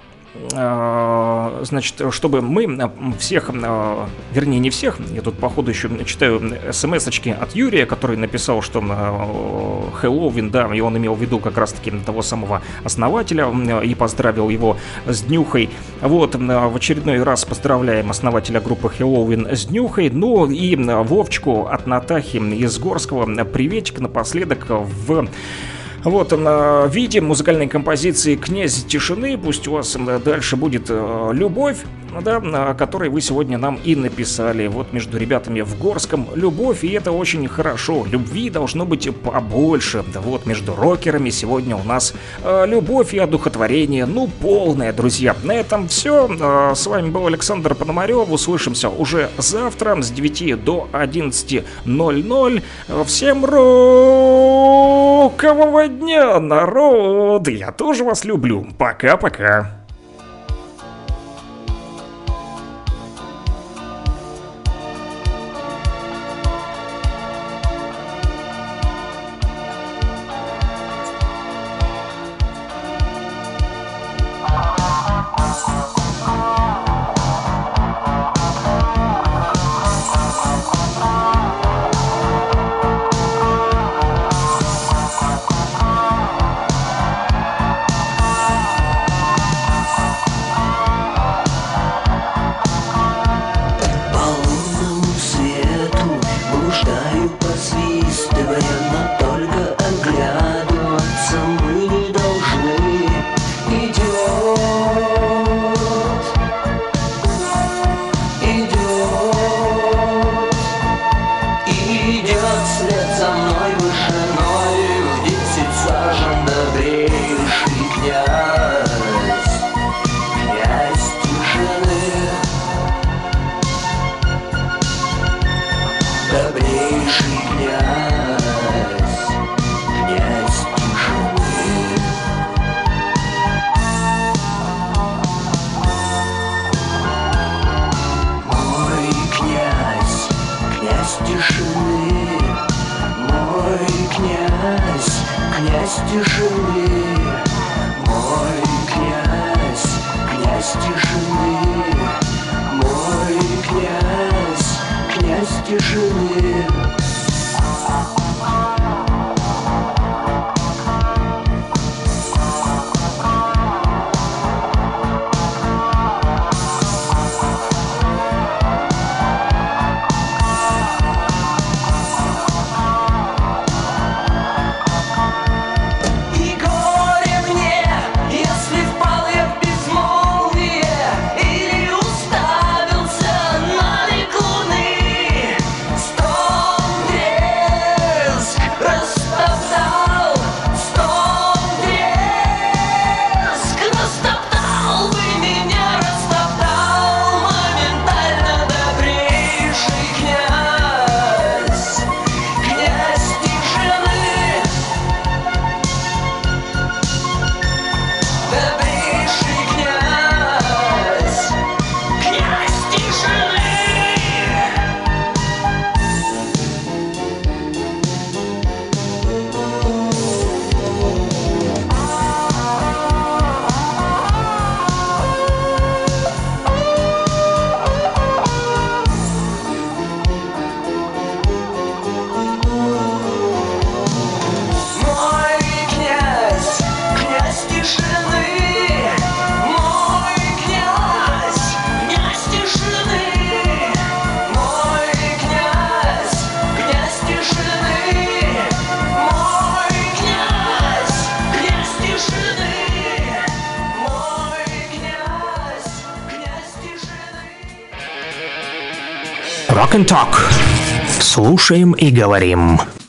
[SPEAKER 1] значит, чтобы мы всех, вернее, не всех, я тут походу еще читаю смс-очки от Юрия, который написал, что Хэллоуин, да, и он имел в виду как раз-таки того самого основателя и поздравил его с днюхой. Вот, в очередной раз поздравляем основателя группы Хэллоуин с днюхой. Ну и Вовчику от Натахи из Горского приветик напоследок в... Вот в виде музыкальной композиции «Князь тишины». Пусть у вас дальше будет любовь, да, о которой вы сегодня нам и написали. Вот между ребятами в Горском любовь, и это очень хорошо. Любви должно быть побольше. Да вот между рокерами сегодня у нас любовь и одухотворение, ну, полное, друзья. На этом все. С вами был Александр Пономарев. Услышимся уже завтра с 9 до 11:00. Всем рокового дня, народ! Я тоже вас люблю. Пока-пока.
[SPEAKER 6] Или уставился на лик луны.
[SPEAKER 4] Rock and Talk. Слушаем и говорим.